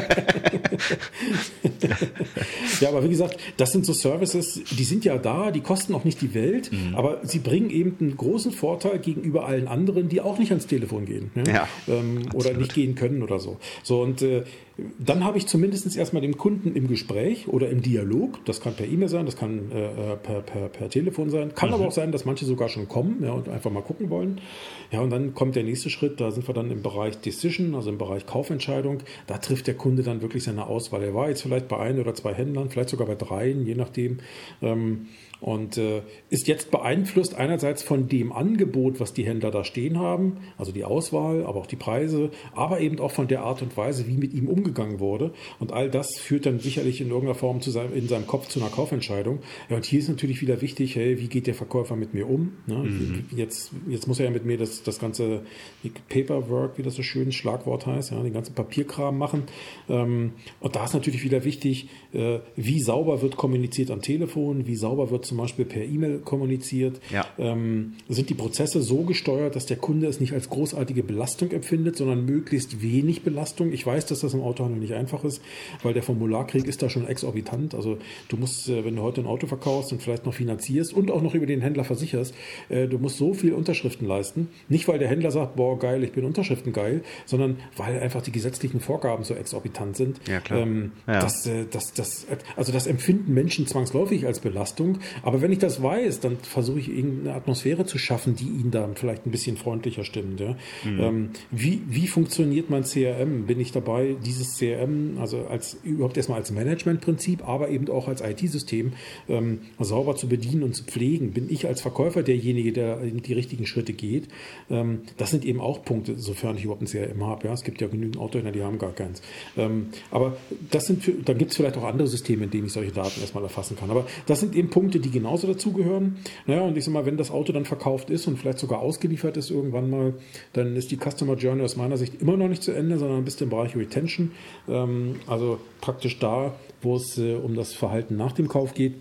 S2: Ja, aber wie gesagt, das sind so Services, die sind ja da, die kosten auch nicht die Welt, mhm. aber sie bringen eben einen großen Vorteil gegenüber allen anderen, die auch nicht ans Telefon gehen, ne?
S1: Ja,
S2: ähm, oder nicht gehen können oder so. So, und äh, dann habe ich zumindest erstmal den Kunden im Gespräch oder im Dialog. Das kann per E-Mail sein, das kann äh, per, per, per Telefon sein. Kann mhm. aber auch sein, dass manche sogar schon kommen, ja, und einfach mal gucken wollen. Ja, und dann kommt der nächste Schritt. Da sind wir dann im Bereich Decision, also im Bereich Kaufentscheidung. Da trifft der Kunde dann wirklich seine Auswahl. Er war jetzt vielleicht bei ein oder zwei Händlern, vielleicht sogar bei dreien, je nachdem. Ähm, und äh, ist jetzt beeinflusst einerseits von dem Angebot, was die Händler da stehen haben, also die Auswahl, aber auch die Preise, aber eben auch von der Art und Weise, wie mit ihm umgegangen wurde. Und all das führt dann sicherlich in irgendeiner Form zu seinem, in seinem Kopf zu einer Kaufentscheidung. Ja, und hier ist natürlich wieder wichtig, hey, wie geht der Verkäufer mit mir um? Ne? Mhm. Jetzt, jetzt muss er ja mit mir das, das ganze Paperwork, wie das so schön Schlagwort heißt, ja, den ganzen Papierkram machen. Ähm, und da ist natürlich wieder wichtig, äh, wie sauber wird kommuniziert am Telefon, wie sauber wird zum Beispiel per E-Mail kommuniziert.
S1: Ja.
S2: Ähm, sind die Prozesse so gesteuert, dass der Kunde es nicht als großartige Belastung empfindet, sondern möglichst wenig Belastung? Ich weiß, dass das im Autohandel nicht einfach ist, weil der Formularkrieg ist da schon exorbitant. Also du musst, wenn du heute ein Auto verkaufst und vielleicht noch finanzierst und auch noch über den Händler versicherst, äh, du musst so viel Unterschriften leisten. Nicht, weil der Händler sagt, boah, geil, ich bin Unterschriften geil, sondern weil einfach die gesetzlichen Vorgaben so exorbitant sind.
S1: Ja, klar.
S2: Ähm,
S1: ja.
S2: Das, das, das, also das empfinden Menschen zwangsläufig als Belastung. Aber wenn ich das weiß, dann versuche ich irgendeine Atmosphäre zu schaffen, die ihn da vielleicht ein bisschen freundlicher stimmt. Ja? Mhm. Ähm, wie, wie funktioniert mein C R M? Bin ich dabei, dieses C R M, also als überhaupt erstmal als Managementprinzip, aber eben auch als I T-System ähm, sauber zu bedienen und zu pflegen? Bin ich als Verkäufer derjenige, der die richtigen Schritte geht? Ähm, das sind eben auch Punkte, sofern ich überhaupt ein C R M habe. Ja? Es gibt ja genügend Autohändler, die haben gar keins. Ähm, aber das sind für, dann gibt es vielleicht auch andere Systeme, in denen ich solche Daten erstmal erfassen kann. Aber das sind eben Punkte, die genauso dazugehören. Naja, und ich sag mal, wenn das Auto dann verkauft ist und vielleicht sogar ausgeliefert ist irgendwann mal, dann ist die Customer Journey aus meiner Sicht immer noch nicht zu Ende, sondern bis im Bereich Retention. Ähm, also praktisch da, wo es äh, um das Verhalten nach dem Kauf geht.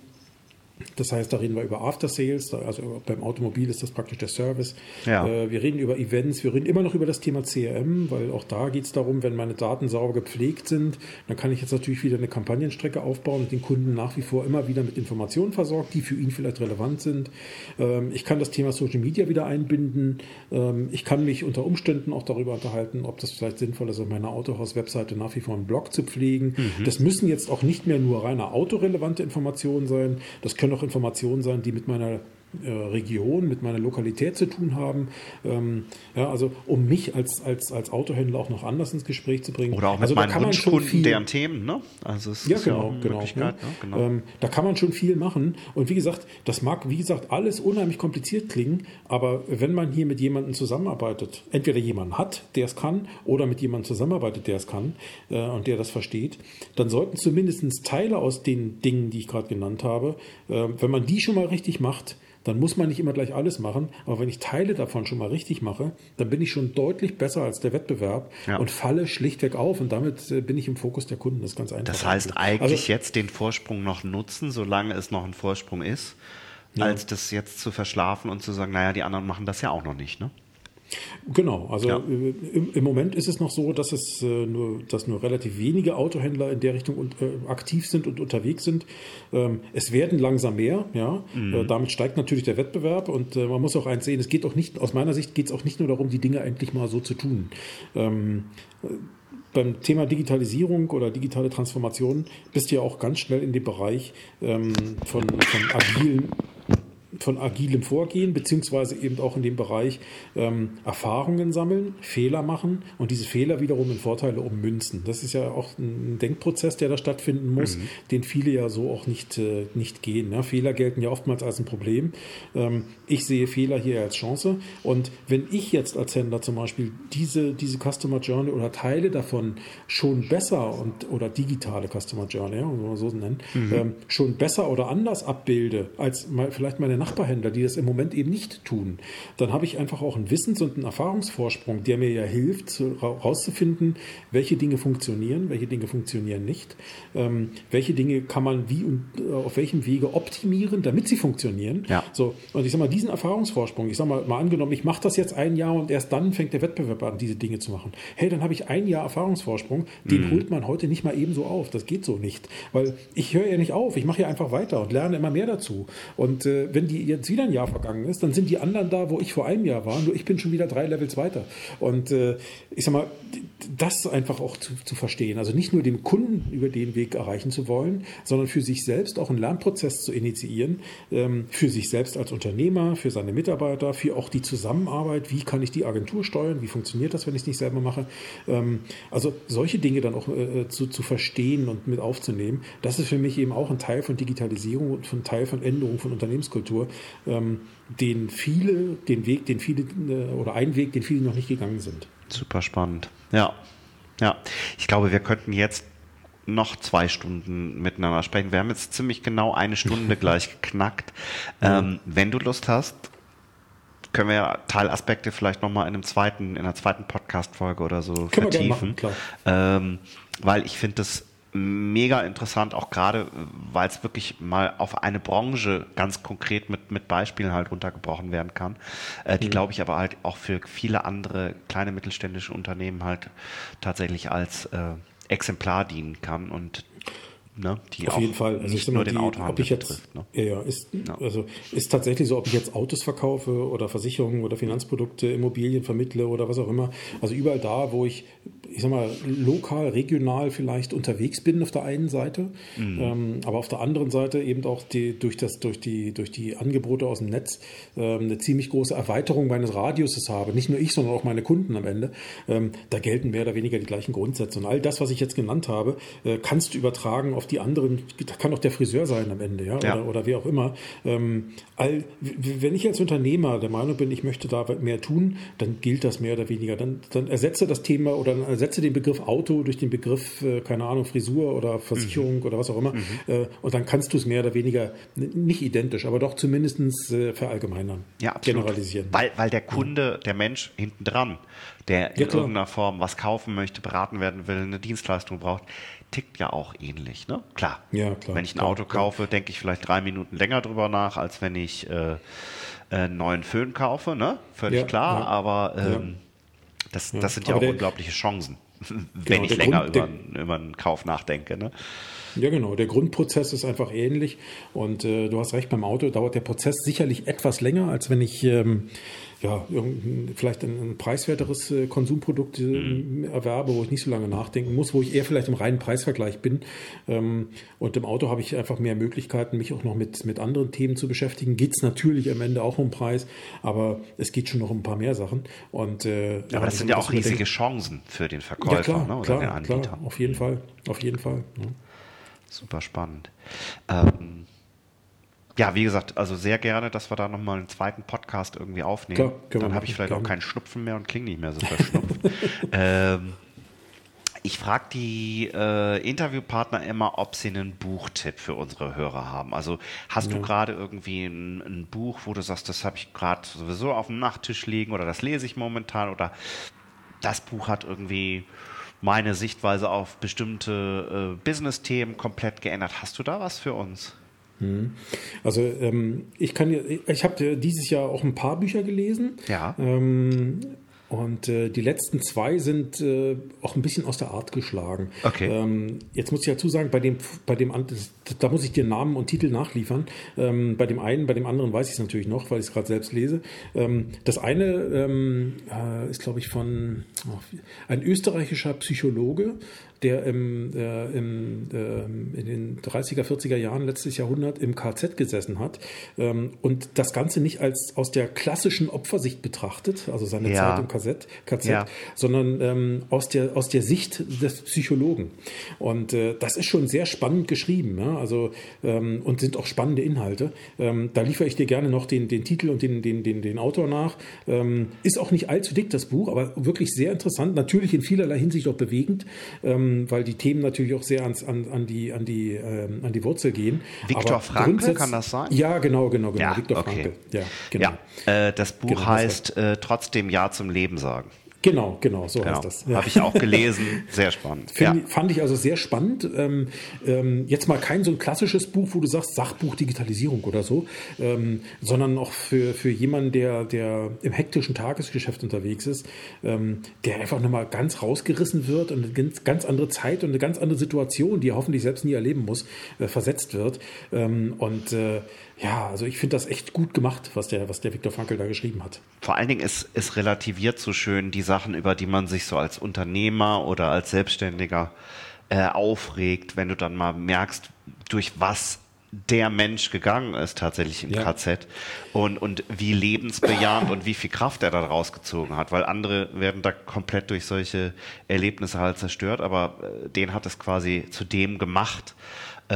S2: Das heißt, da reden wir über After Sales, also beim Automobil ist das praktisch der Service.
S1: Ja.
S2: Wir reden über Events, wir reden immer noch über das Thema C R M, weil auch da geht es darum, wenn meine Daten sauber gepflegt sind, dann kann ich jetzt natürlich wieder eine Kampagnenstrecke aufbauen und den Kunden nach wie vor immer wieder mit Informationen versorgt, die für ihn vielleicht relevant sind. Ich kann das Thema Social Media wieder einbinden. Ich kann mich unter Umständen auch darüber unterhalten, ob das vielleicht sinnvoll ist, auf meiner Autohaus-Webseite nach wie vor einen Blog zu pflegen. Mhm. Das müssen jetzt auch nicht mehr nur reine autorelevante Informationen sein. Das können auch Informationen sein, die mit meiner äh, Region, mit meiner Lokalität zu tun haben. Ähm, ja, also um mich als, als, als Autohändler auch noch anders ins Gespräch zu bringen.
S1: Oder auch mit
S2: also,
S1: meinen Wunschkunden, deren Themen, ne? Also es
S2: ja,
S1: ist
S2: genau,
S1: ja auch eine
S2: genau,
S1: Möglichkeit.
S2: ja.
S1: Ne? Genau.
S2: Ähm, da kann man schon viel machen. Und wie gesagt, das mag, wie gesagt, alles unheimlich kompliziert klingen, aber wenn man hier mit jemandem zusammenarbeitet, entweder jemanden hat, der es kann, oder mit jemandem zusammenarbeitet, der es kann äh, und der das versteht, dann sollten zumindest Teile aus den Dingen, die ich gerade genannt habe, äh, wenn man die schon mal richtig macht, dann muss man nicht immer gleich alles machen. Aber wenn ich Teile davon schon mal richtig mache, dann bin ich schon deutlich besser als der Wettbewerb ja. und falle schlichtweg auf. Und damit bin ich im Fokus der Kunden. Das ist ganz einfach.
S1: Das heißt eigentlich also, jetzt den Vorsprung noch nutzen, solange es noch ein Vorsprung ist, ja. als das jetzt zu verschlafen und zu sagen, naja, die anderen machen das ja auch noch nicht, ne?
S2: Genau, also
S1: Ja.
S2: im, im Moment ist es noch so, dass es äh, nur, dass nur relativ wenige Autohändler in der Richtung und, äh, aktiv sind und unterwegs sind. Ähm, es werden langsam mehr, ja.
S1: Mhm.
S2: Äh, damit steigt natürlich der Wettbewerb und äh, man muss auch eins sehen, es geht auch nicht, aus meiner Sicht geht es auch nicht nur darum, die Dinge endlich mal so zu tun. Ähm, Beim Thema Digitalisierung oder digitale Transformation bist du ja auch ganz schnell in dem Bereich ähm, von, von agilen von agilem Vorgehen, beziehungsweise eben auch in dem Bereich ähm, Erfahrungen sammeln, Fehler machen und diese Fehler wiederum in Vorteile ummünzen. Das ist ja auch ein Denkprozess, der da stattfinden muss, mhm. den viele ja so auch nicht, äh, nicht gehen. Ne? Fehler gelten ja oftmals als ein Problem. Ähm, ich sehe Fehler hier als Chance und wenn ich jetzt als Händler zum Beispiel diese, diese Customer Journey oder Teile davon schon besser und oder digitale Customer Journey, ja, wenn man so nennen, mhm. ähm, schon besser oder anders abbilde, als mal, vielleicht meine Nachbarhändler, die das im Moment eben nicht tun, dann habe ich einfach auch einen Wissens- und einen Erfahrungsvorsprung, der mir ja hilft, herauszufinden, welche Dinge funktionieren, welche Dinge funktionieren nicht, ähm, welche Dinge kann man wie und äh, auf welchem Wege optimieren, damit sie funktionieren.
S1: Ja.
S2: So, und ich sage mal, diesen Erfahrungsvorsprung, ich sage mal, mal angenommen, ich mache das jetzt ein Jahr und erst dann fängt der Wettbewerb an, diese Dinge zu machen. Hey, dann habe ich ein Jahr Erfahrungsvorsprung, den mhm. holt man heute nicht mal ebenso auf. Das geht so nicht, weil ich höre ja nicht auf, ich mache ja einfach weiter und lerne immer mehr dazu. Und äh, wenn die jetzt wieder ein Jahr vergangen ist, dann sind die anderen da, wo ich vor einem Jahr war, nur ich bin schon wieder drei Levels weiter. Und äh, ich sag mal, das einfach auch zu, zu verstehen, also nicht nur den Kunden über den Weg erreichen zu wollen, sondern für sich selbst auch einen Lernprozess zu initiieren, ähm, für sich selbst als Unternehmer, für seine Mitarbeiter, für auch die Zusammenarbeit, wie kann ich die Agentur steuern, wie funktioniert das, wenn ich es nicht selber mache. Ähm, also solche Dinge dann auch äh, zu, zu verstehen und mit aufzunehmen, das ist für mich eben auch ein Teil von Digitalisierung und ein Teil von Änderung von Unternehmenskultur, ähm, den viele, den Weg, den viele äh, oder einen Weg, den viele noch nicht gegangen sind.
S1: Super spannend. Ja, ja. Ich glaube, wir könnten jetzt noch zwei Stunden miteinander sprechen. Wir haben jetzt ziemlich genau eine Stunde gleich geknackt. Ja. Ähm, wenn du Lust hast, können wir ja Teilaspekte vielleicht nochmal in einem zweiten, in einer zweiten Podcast-Folge oder so
S2: Können
S1: vertiefen.
S2: Wir gerne machen,
S1: klar. Ähm, weil ich finde das mega interessant, auch gerade, weil es wirklich mal auf eine Branche ganz konkret mit, mit Beispielen halt runtergebrochen werden kann, äh, die, mhm. glaube ich, aber halt auch für viele andere kleine mittelständische Unternehmen halt tatsächlich als äh, Exemplar dienen kann und ne, die
S2: auf
S1: auch
S2: jeden Fall. Also
S1: nicht
S2: nur
S1: nur
S2: die,
S1: den Autohandel
S2: jetzt,
S1: betrifft. Ne?
S2: Ja, ja, ist,
S1: ja.
S2: Also ist tatsächlich so, ob ich jetzt Autos verkaufe oder Versicherungen oder Finanzprodukte, Immobilien vermittle oder was auch immer. Also überall da, wo ich, ich sag mal, lokal, regional vielleicht unterwegs bin auf der einen Seite, mhm. ähm, aber auf der anderen Seite eben auch die, durch, das, durch, die, durch die Angebote aus dem Netz ähm, eine ziemlich große Erweiterung meines Radiuses habe. Nicht nur ich, sondern auch meine Kunden am Ende. Ähm, da gelten mehr oder weniger die gleichen Grundsätze. Und all das, was ich jetzt genannt habe, äh, kannst du übertragen auf die anderen, da kann auch der Friseur sein am Ende, ja, ja. Oder, oder wie auch immer. Ähm, all, wenn ich als Unternehmer der Meinung bin, ich möchte da mehr tun, dann gilt das mehr oder weniger. Dann, dann ersetze das Thema oder dann ersetze den Begriff Auto durch den Begriff, äh, keine Ahnung, Frisur oder Versicherung mhm. oder was auch immer. Mhm. Äh, und dann kannst du es mehr oder weniger, nicht identisch, aber doch zumindest äh, verallgemeinern,
S1: ja, absolut.
S2: Generalisieren.
S1: Weil, weil der Kunde, ja. der Mensch hinten dran, der in ja, irgendeiner Form was kaufen möchte, beraten werden will, eine Dienstleistung braucht, tickt ja auch ähnlich, ne? Klar.
S2: Ja, klar.
S1: Wenn ich ein
S2: klar,
S1: Auto kaufe, klar. denke ich vielleicht drei Minuten länger drüber nach, als wenn ich äh, einen neuen Föhn kaufe, ne? Völlig
S2: ja,
S1: klar,
S2: ja.
S1: aber ähm,
S2: ja.
S1: das,
S2: ja.
S1: das sind ja
S2: aber
S1: auch
S2: der,
S1: unglaubliche Chancen, wenn
S2: genau,
S1: ich länger
S2: Grund,
S1: über,
S2: der,
S1: über einen Kauf nachdenke, ne?
S2: Ja, genau. Der Grundprozess ist einfach ähnlich und äh, du hast recht, beim Auto dauert der Prozess sicherlich etwas länger, als wenn ich ähm, ja, vielleicht ein, ein preiswerteres äh, Konsumprodukt äh, mhm. erwerbe, wo ich nicht so lange nachdenken muss, wo ich eher vielleicht im reinen Preisvergleich bin. Ähm, und im Auto habe ich einfach mehr Möglichkeiten, mich auch noch mit, mit anderen Themen zu beschäftigen. Geht es natürlich am Ende auch um Preis, aber es geht schon noch um ein paar mehr Sachen. Und, äh,
S1: ja, aber das sind ja auch riesige Chancen für den Verkäufer,
S2: ja, klar,
S1: ne, oder
S2: klar,
S1: den Anbieter.
S2: Klar, auf jeden Fall, auf jeden Fall. Ja.
S1: Super spannend. Ähm, ja, wie gesagt, also sehr gerne, dass wir da nochmal einen zweiten Podcast irgendwie aufnehmen. Klar, dann habe ich vielleicht gerne. auch keinen Schnupfen mehr und klinge nicht mehr so verschnupft. ähm, ich frage die äh, Interviewpartner immer, ob sie einen Buchtipp für unsere Hörer haben. Also hast ja. du gerade irgendwie ein, ein Buch, wo du sagst, das habe ich gerade sowieso auf dem Nachttisch liegen oder das lese ich momentan oder das Buch hat irgendwie meine Sichtweise auf bestimmte äh, Business-Themen komplett geändert. Hast du da was für uns?
S2: Also ähm, ich kann, ich habe dieses Jahr auch ein paar Bücher gelesen.
S1: Ja.
S2: Ähm, und äh, die letzten zwei sind äh, auch ein bisschen aus der Art geschlagen.
S1: Okay.
S2: Ähm, jetzt muss ich dazu sagen, bei dem, bei dem, da muss ich dir Namen und Titel nachliefern. Ähm, bei dem einen, bei dem anderen weiß ich es natürlich noch, weil ich es gerade selbst lese. Ähm, das eine ähm, äh, ist, glaube ich, von oh, ein österreichischer Psychologe, der im, äh, im, äh, in den dreißiger, vierziger Jahren letztes Jahrhundert im K Z gesessen hat ähm, und das Ganze nicht als aus der klassischen Opfersicht betrachtet, also seine
S1: Ja.
S2: Zeit im K Z, K Z
S1: Ja.
S2: sondern ähm, aus, der, aus der Sicht des Psychologen. Und äh, das ist schon sehr spannend geschrieben, ja? Also, ähm, und sind auch spannende Inhalte. Ähm, da liefere ich dir gerne noch den, den Titel und den, den, den, den Autor nach. Ähm, ist auch nicht allzu dick, das Buch, aber wirklich sehr interessant, natürlich in vielerlei Hinsicht auch bewegend. Ähm, weil die Themen natürlich auch sehr ans, an, an, die, an, die, ähm, an die Wurzel gehen.
S1: Viktor
S2: Aber
S1: Frankl, kann das sein?
S2: Ja, genau, genau, genau.
S1: Ja,
S2: Viktor
S1: okay.
S2: Frankl. Ja, genau.
S1: Ja, äh, das Buch
S2: Genau, das
S1: heißt äh, Trotzdem Ja zum Leben sagen.
S2: Genau, genau, so
S1: Genau.
S2: heißt das. Ja.
S1: Habe ich auch gelesen, sehr spannend.
S2: Find,
S1: Ja.
S2: Fand ich also sehr spannend. Ähm, ähm, jetzt mal kein so ein klassisches Buch, wo du sagst, Sachbuch Digitalisierung oder so, ähm, sondern auch für, für jemanden, der, der im hektischen Tagesgeschäft unterwegs ist, ähm, der einfach nochmal ganz rausgerissen wird und eine ganz, ganz andere Zeit und eine ganz andere Situation, die er hoffentlich selbst nie erleben muss, äh, versetzt wird. Ähm, und äh, ja, also ich finde das echt gut gemacht, was der, was der Viktor Frankl da geschrieben hat.
S1: Vor allen Dingen, es, es relativiert so schön die Sachen, über die man sich so als Unternehmer oder als Selbstständiger äh, aufregt, wenn du dann mal merkst, durch was der Mensch gegangen ist tatsächlich im
S2: Ja.
S1: K Z und, und wie lebensbejahend und wie viel Kraft er da rausgezogen hat, weil andere werden da komplett durch solche Erlebnisse halt zerstört, aber äh, den hat es quasi zu dem gemacht, Äh,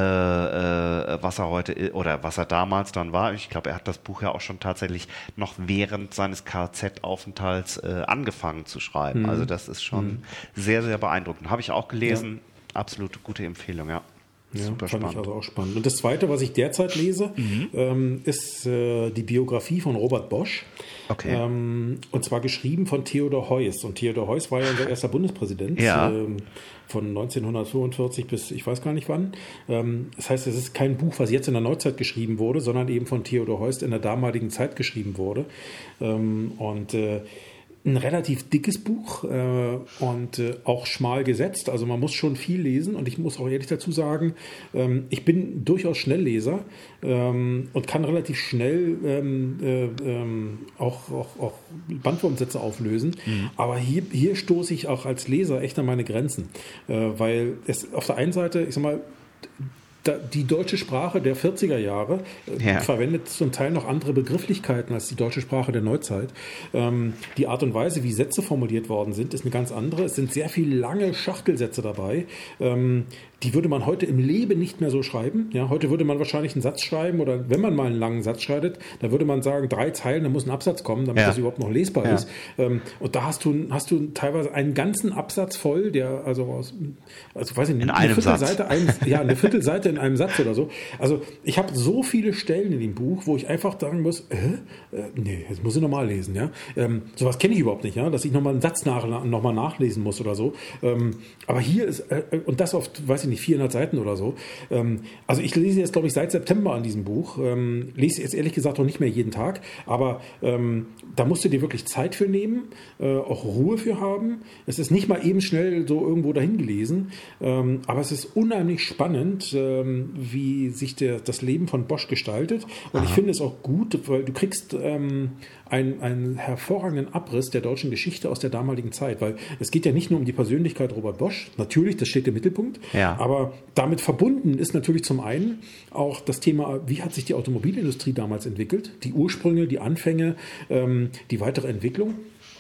S1: äh, was er heute oder was er damals dann war. Ich glaube, er hat das Buch ja auch schon tatsächlich noch während seines K Z-Aufenthalts äh, angefangen zu schreiben.
S2: Mhm.
S1: Also das ist schon mhm. sehr, sehr beeindruckend. Habe ich auch gelesen.
S2: Ja.
S1: Absolut gute Empfehlung, ja.
S2: Ja,
S1: Super
S2: fand
S1: spannend.
S2: ich also auch spannend. Und das Zweite, was ich derzeit lese, mhm. ähm, ist äh, die Biografie von Robert Bosch.
S1: Okay.
S2: Ähm, und zwar geschrieben von Theodor Heuss. Und Theodor Heuss war ja unser erster Bundespräsident.
S1: Ja.
S2: Ähm, von neunzehnhundertfünfundvierzig bis ich weiß gar nicht wann. Ähm, das heißt, es ist kein Buch, was jetzt in der Neuzeit geschrieben wurde, sondern eben von Theodor Heuss in der damaligen Zeit geschrieben wurde. Ähm, und äh, ein relativ dickes Buch äh, und äh, auch schmal gesetzt. Also man muss schon viel lesen und ich muss auch ehrlich dazu sagen, ähm, ich bin durchaus Schnellleser ähm, und kann relativ schnell ähm, äh, ähm, auch, auch, auch Bandwurmsätze auflösen. Mhm. Aber hier, hier stoße ich auch als Leser echt an meine Grenzen, äh, weil es auf der einen Seite, ich sag mal, die deutsche Sprache der vierziger Jahre äh, ja. verwendet zum Teil noch andere Begrifflichkeiten als die deutsche Sprache der Neuzeit. Ähm, die Art und Weise, wie Sätze formuliert worden sind, ist eine ganz andere. Es sind sehr viele lange Schachtelsätze dabei. Ähm, die würde man heute im Leben nicht mehr so schreiben. Ja, heute würde man wahrscheinlich einen Satz schreiben oder wenn man mal einen langen Satz schreibt, dann würde man sagen, drei Zeilen, da muss ein Absatz kommen, damit ja. das überhaupt noch lesbar ja. ist. Ähm, und da hast du, hast du teilweise einen ganzen Absatz voll, der also aus, also weiß ich nicht,
S1: in
S2: eine
S1: einem
S2: Viertelseite,
S1: Satz.
S2: Ein, ja, eine Viertelseite in einem Satz oder so. Also ich habe so viele Stellen in dem Buch, wo ich einfach sagen muss, äh, äh, nee, jetzt muss ich nochmal lesen. Ja? Ähm, sowas kenne ich überhaupt nicht, ja? Dass ich nochmal einen Satz nach, nochmal nachlesen muss oder so. Ähm, aber hier ist, äh, und das oft, weiß ich nicht, vierhundert Seiten oder so. Ähm, also ich lese jetzt, glaube ich, seit September an diesem Buch. Ähm, lese jetzt ehrlich gesagt auch nicht mehr jeden Tag, aber ähm, da musst du dir wirklich Zeit für nehmen, äh, auch Ruhe für haben. Es ist nicht mal eben schnell so irgendwo dahin gelesen, ähm, aber es ist unheimlich spannend, ähm, wie sich der, das Leben von Bosch gestaltet. Und Aha. ich finde es auch gut, weil du kriegst ähm, einen, einen hervorragenden Abriss der deutschen Geschichte aus der damaligen Zeit, weil es geht ja nicht nur um die Persönlichkeit Robert Bosch, natürlich, das steht im Mittelpunkt,
S1: ja.
S2: aber damit verbunden ist natürlich zum einen auch das Thema, wie hat sich die Automobilindustrie damals entwickelt, die Ursprünge, die Anfänge, ähm, die weitere Entwicklung.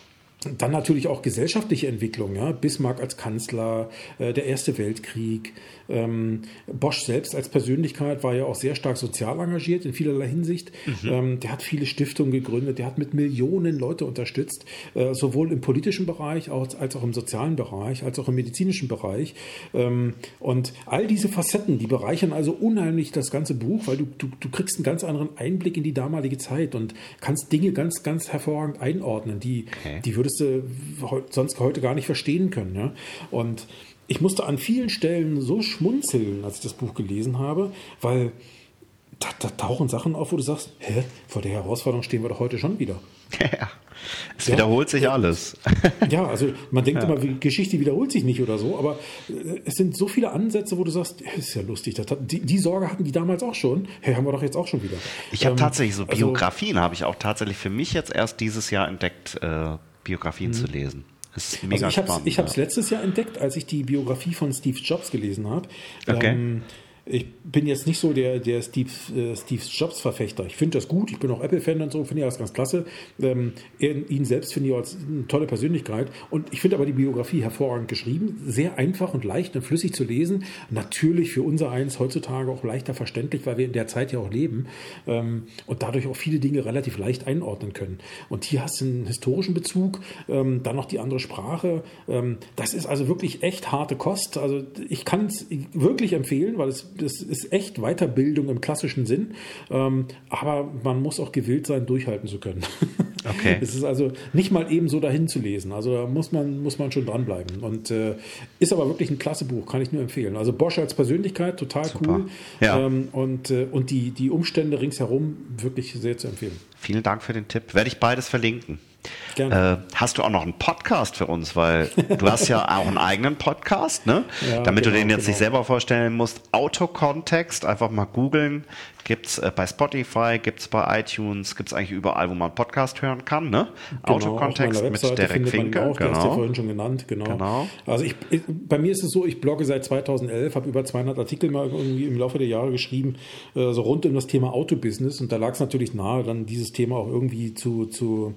S2: Dann natürlich auch gesellschaftliche Entwicklung, ja? Bismarck als Kanzler, äh, der Erste Weltkrieg. Ähm, Bosch selbst als Persönlichkeit war ja auch sehr stark sozial engagiert in vielerlei Hinsicht. Mhm. Ähm, der hat viele Stiftungen gegründet, der hat mit Millionen Leute unterstützt, äh, sowohl im politischen Bereich als, als auch im sozialen Bereich, als auch im medizinischen Bereich. Ähm, und all diese Facetten, die bereichern also unheimlich das ganze Buch, weil du, du, du kriegst einen ganz anderen Einblick in die damalige Zeit und kannst Dinge ganz, ganz hervorragend einordnen, die, okay. die würdest du sonst heute gar nicht verstehen können. Ja? Und ich musste an vielen Stellen so schmunzeln, als ich das Buch gelesen habe, weil da, da tauchen Sachen auf, wo du sagst, hä, vor der Herausforderung stehen wir doch heute schon wieder.
S1: Ja, es ja, wiederholt sich ja, alles.
S2: Ja, also man denkt ja. immer, Geschichte wiederholt sich nicht oder so, aber es sind so viele Ansätze, wo du sagst, das ist ja lustig, das hat, die, die Sorge hatten die damals auch schon, hey, haben wir doch jetzt auch schon wieder.
S1: Ich habe ähm, tatsächlich so Biografien, also, habe ich auch tatsächlich für mich jetzt erst dieses Jahr entdeckt, äh, Biografien mh. zu lesen. Das ist mega
S2: also ich hab's,
S1: spannend.
S2: Ich habe es ja. letztes Jahr entdeckt, als ich die Biografie von Steve Jobs gelesen habe.
S1: Okay.
S2: Ähm, Ich bin jetzt nicht so der, der Steve, äh, Steve Jobs-Verfechter. Ich finde das gut, ich bin auch Apple-Fan und so, finde ich das ganz klasse. Ähm, er, ihn selbst finde ich als eine tolle Persönlichkeit. Und ich finde aber die Biografie hervorragend geschrieben, sehr einfach und leicht und flüssig zu lesen. Natürlich für unser Eins heutzutage auch leichter verständlich, weil wir in der Zeit ja auch leben ähm, und dadurch auch viele Dinge relativ leicht einordnen können. Und hier hast du einen historischen Bezug, ähm, dann noch die andere Sprache. Ähm, das ist also wirklich echt harte Kost. Also ich kann es wirklich empfehlen, weil es das ist echt Weiterbildung im klassischen Sinn, ähm, aber man muss auch gewillt sein, durchhalten zu können.
S1: Okay.
S2: Es ist also nicht mal eben so dahin zu lesen, also da muss man, muss man schon dranbleiben und äh, ist aber wirklich ein klasse Buch, kann ich nur empfehlen. Also Bosch als Persönlichkeit, total Super. Cool
S1: ja.
S2: ähm, und, äh, und die, die Umstände ringsherum wirklich sehr zu empfehlen.
S1: Vielen Dank für den Tipp, werde ich beides verlinken.
S2: Gerne.
S1: Äh, hast du auch noch einen Podcast für uns? Weil du hast ja auch einen eigenen Podcast, ne?
S2: Ja,
S1: Damit
S2: genau,
S1: du den jetzt
S2: genau.
S1: nicht selber vorstellen musst. Autokontext, einfach mal googeln. Gibt es äh, bei Spotify, gibt es bei iTunes, gibt es eigentlich überall, wo man Podcast hören kann, ne?
S2: Genau,
S1: Autokontext mit Derek Finke.
S2: Auch,
S1: genau.
S2: Du hast ja vorhin schon genannt, genau.
S1: genau.
S2: Also ich, ich, bei mir ist es so, ich blogge seit zweitausendelf, habe über zweihundert Artikel mal irgendwie im Laufe der Jahre geschrieben, äh, so rund um das Thema Autobusiness und da lag es natürlich nahe, dann dieses Thema auch irgendwie zu, zu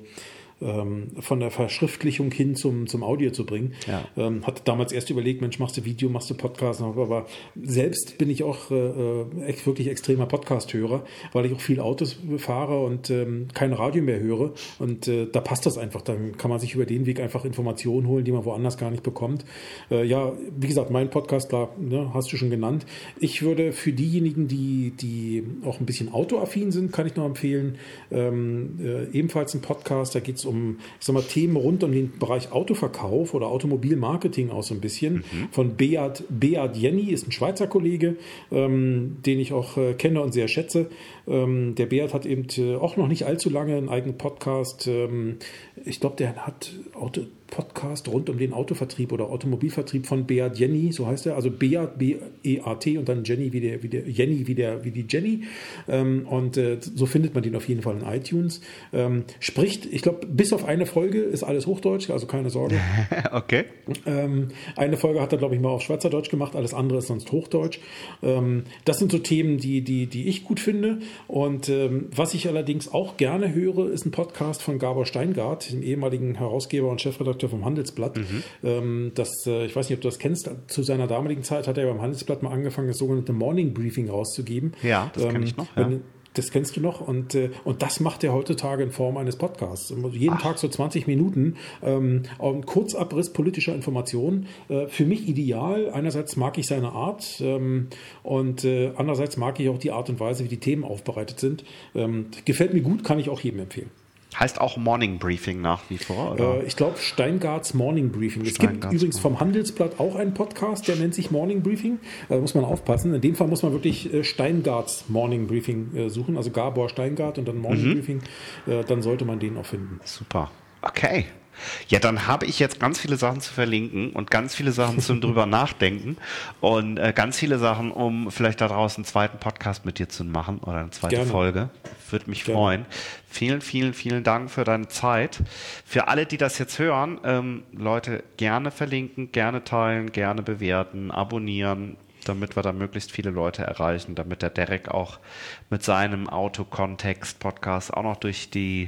S2: von der Verschriftlichung hin zum, zum Audio zu bringen.
S1: Ja.
S2: Ähm, hatte damals erst überlegt, Mensch, machst du Video, machst du Podcast, aber selbst bin ich auch äh, echt wirklich extremer Podcast-Hörer, weil ich auch viel Autos fahre und ähm, kein Radio mehr höre und äh, da passt das einfach. Dann kann man sich über den Weg einfach Informationen holen, die man woanders gar nicht bekommt. Äh, ja, wie gesagt, mein Podcast, klar, ne, hast du schon genannt. Ich würde für diejenigen, die, die auch ein bisschen autoaffin sind, kann ich noch empfehlen, ähm, äh, ebenfalls ein Podcast, da geht es um, ich sag mal, Themen rund um den Bereich Autoverkauf oder Automobilmarketing auch so ein bisschen. Mhm. Von Beat, Beat Jenny, ist ein Schweizer Kollege, ähm, den ich auch äh, kenne und sehr schätze. Ähm, der Beat hat eben äh, auch noch nicht allzu lange einen eigenen Podcast. Ähm, ich glaube, der hat Auto Podcast rund um den Autovertrieb oder Automobilvertrieb von Beat Jenny, so heißt er, also Beat, B E A T und dann Jenny wie der, wie der Jenny, wie der, wie die Jenny. Ähm, und äh, so findet man den auf jeden Fall in iTunes. Ähm, spricht, ich glaube, bis auf eine Folge ist alles Hochdeutsch, also keine Sorge.
S1: Okay.
S2: Ähm, eine Folge hat er, glaube ich, mal auf Schweizerdeutsch gemacht, alles andere ist sonst Hochdeutsch. Ähm, das sind so Themen, die, die, die ich gut finde. Und ähm, was ich allerdings auch gerne höre, ist ein Podcast von Gabor Steingart, dem ehemaligen Herausgeber und Chefredakteur vom Handelsblatt. Mhm. Ähm, das, äh, ich weiß nicht, ob du das kennst. Zu seiner damaligen Zeit hat er beim Handelsblatt mal angefangen, das sogenannte Morning Briefing rauszugeben.
S1: Ja, das ähm, kenne ich noch. Ja.
S2: Wenn, Das kennst du noch und, äh, und das macht er heutzutage in Form eines Podcasts. Jeden Ach. Tag so zwanzig Minuten, ähm, ein Kurzabriss politischer Informationen. Äh, für mich ideal. Einerseits mag ich seine Art ähm, und äh, andererseits mag ich auch die Art und Weise, wie die Themen aufbereitet sind. Ähm, gefällt mir gut, kann ich auch jedem empfehlen.
S1: Heißt auch Morning Briefing nach wie vor? Oder?
S2: Äh, ich glaube Steingarts Morning Briefing. Es
S1: Steingarts
S2: gibt übrigens vom Handelsblatt auch einen Podcast, der nennt sich Morning Briefing. Da muss man aufpassen. In dem Fall muss man wirklich äh, Steingarts Morning Briefing äh, suchen, also Gabor Steingart und dann Morning mhm. Briefing. Äh, dann sollte man den auch finden.
S1: Super. Okay. Ja, dann habe ich jetzt ganz viele Sachen zu verlinken und ganz viele Sachen zum drüber nachdenken und äh, ganz viele Sachen, um vielleicht da draußen einen zweiten Podcast mit dir zu machen oder eine zweite
S2: Gerne.
S1: Folge. Würde mich
S2: Gerne.
S1: freuen. Vielen, vielen, vielen Dank für deine Zeit. Für alle, die das jetzt hören, ähm, Leute, gerne verlinken, gerne teilen, gerne bewerten, abonnieren, damit wir da möglichst viele Leute erreichen, damit der Derek auch mit seinem Autokontext-Podcast auch noch durch die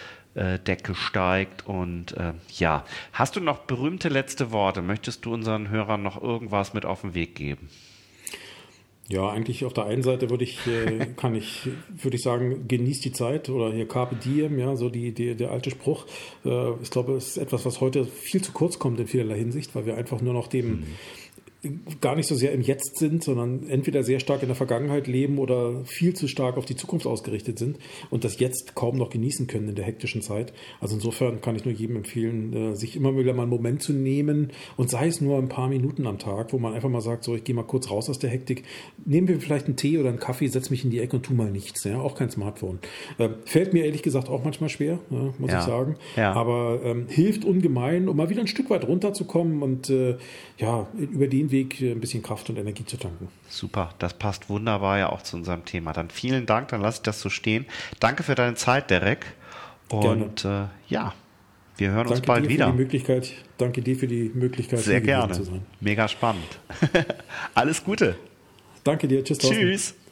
S1: Decke steigt und äh, ja. Hast du noch berühmte letzte Worte? Möchtest du unseren Hörern noch irgendwas mit auf den Weg geben?
S2: Ja, eigentlich auf der einen Seite würde ich, äh, kann ich, würde ich sagen, genieß die Zeit oder hier Carpe Diem, ja, so die, die, der alte Spruch. Äh, ich glaube, es ist etwas, was heute viel zu kurz kommt in vielerlei Hinsicht, weil wir einfach nur noch dem, mhm. gar nicht so sehr im Jetzt sind, sondern entweder sehr stark in der Vergangenheit leben oder viel zu stark auf die Zukunft ausgerichtet sind und das Jetzt kaum noch genießen können in der hektischen Zeit. Also insofern kann ich nur jedem empfehlen, sich immer wieder mal einen Moment zu nehmen und sei es nur ein paar Minuten am Tag, wo man einfach mal sagt, so ich gehe mal kurz raus aus der Hektik, nehmen wir vielleicht einen Tee oder einen Kaffee, setz mich in die Ecke und tu mal nichts, ja, auch kein Smartphone. Äh, fällt mir ehrlich gesagt auch manchmal schwer, ja, muss
S1: Ja.
S2: ich sagen,
S1: Ja.
S2: aber ähm, hilft ungemein, um mal wieder ein Stück weit runterzukommen und äh, ja, über den Weg ein bisschen Kraft und Energie zu tanken.
S1: Super, das passt wunderbar ja auch zu unserem Thema. Dann vielen Dank, dann lasse ich das so stehen. Danke für deine Zeit, Derek. Und äh, ja, wir hören uns
S2: danke
S1: bald
S2: dir
S1: wieder.
S2: Für die Möglichkeit, danke dir für die Möglichkeit,
S1: Sehr
S2: hier gewesen
S1: gerne.
S2: zu sein.
S1: Mega spannend. Alles Gute.
S2: Danke dir. Tschüss. Thorsten.
S1: Tschüss.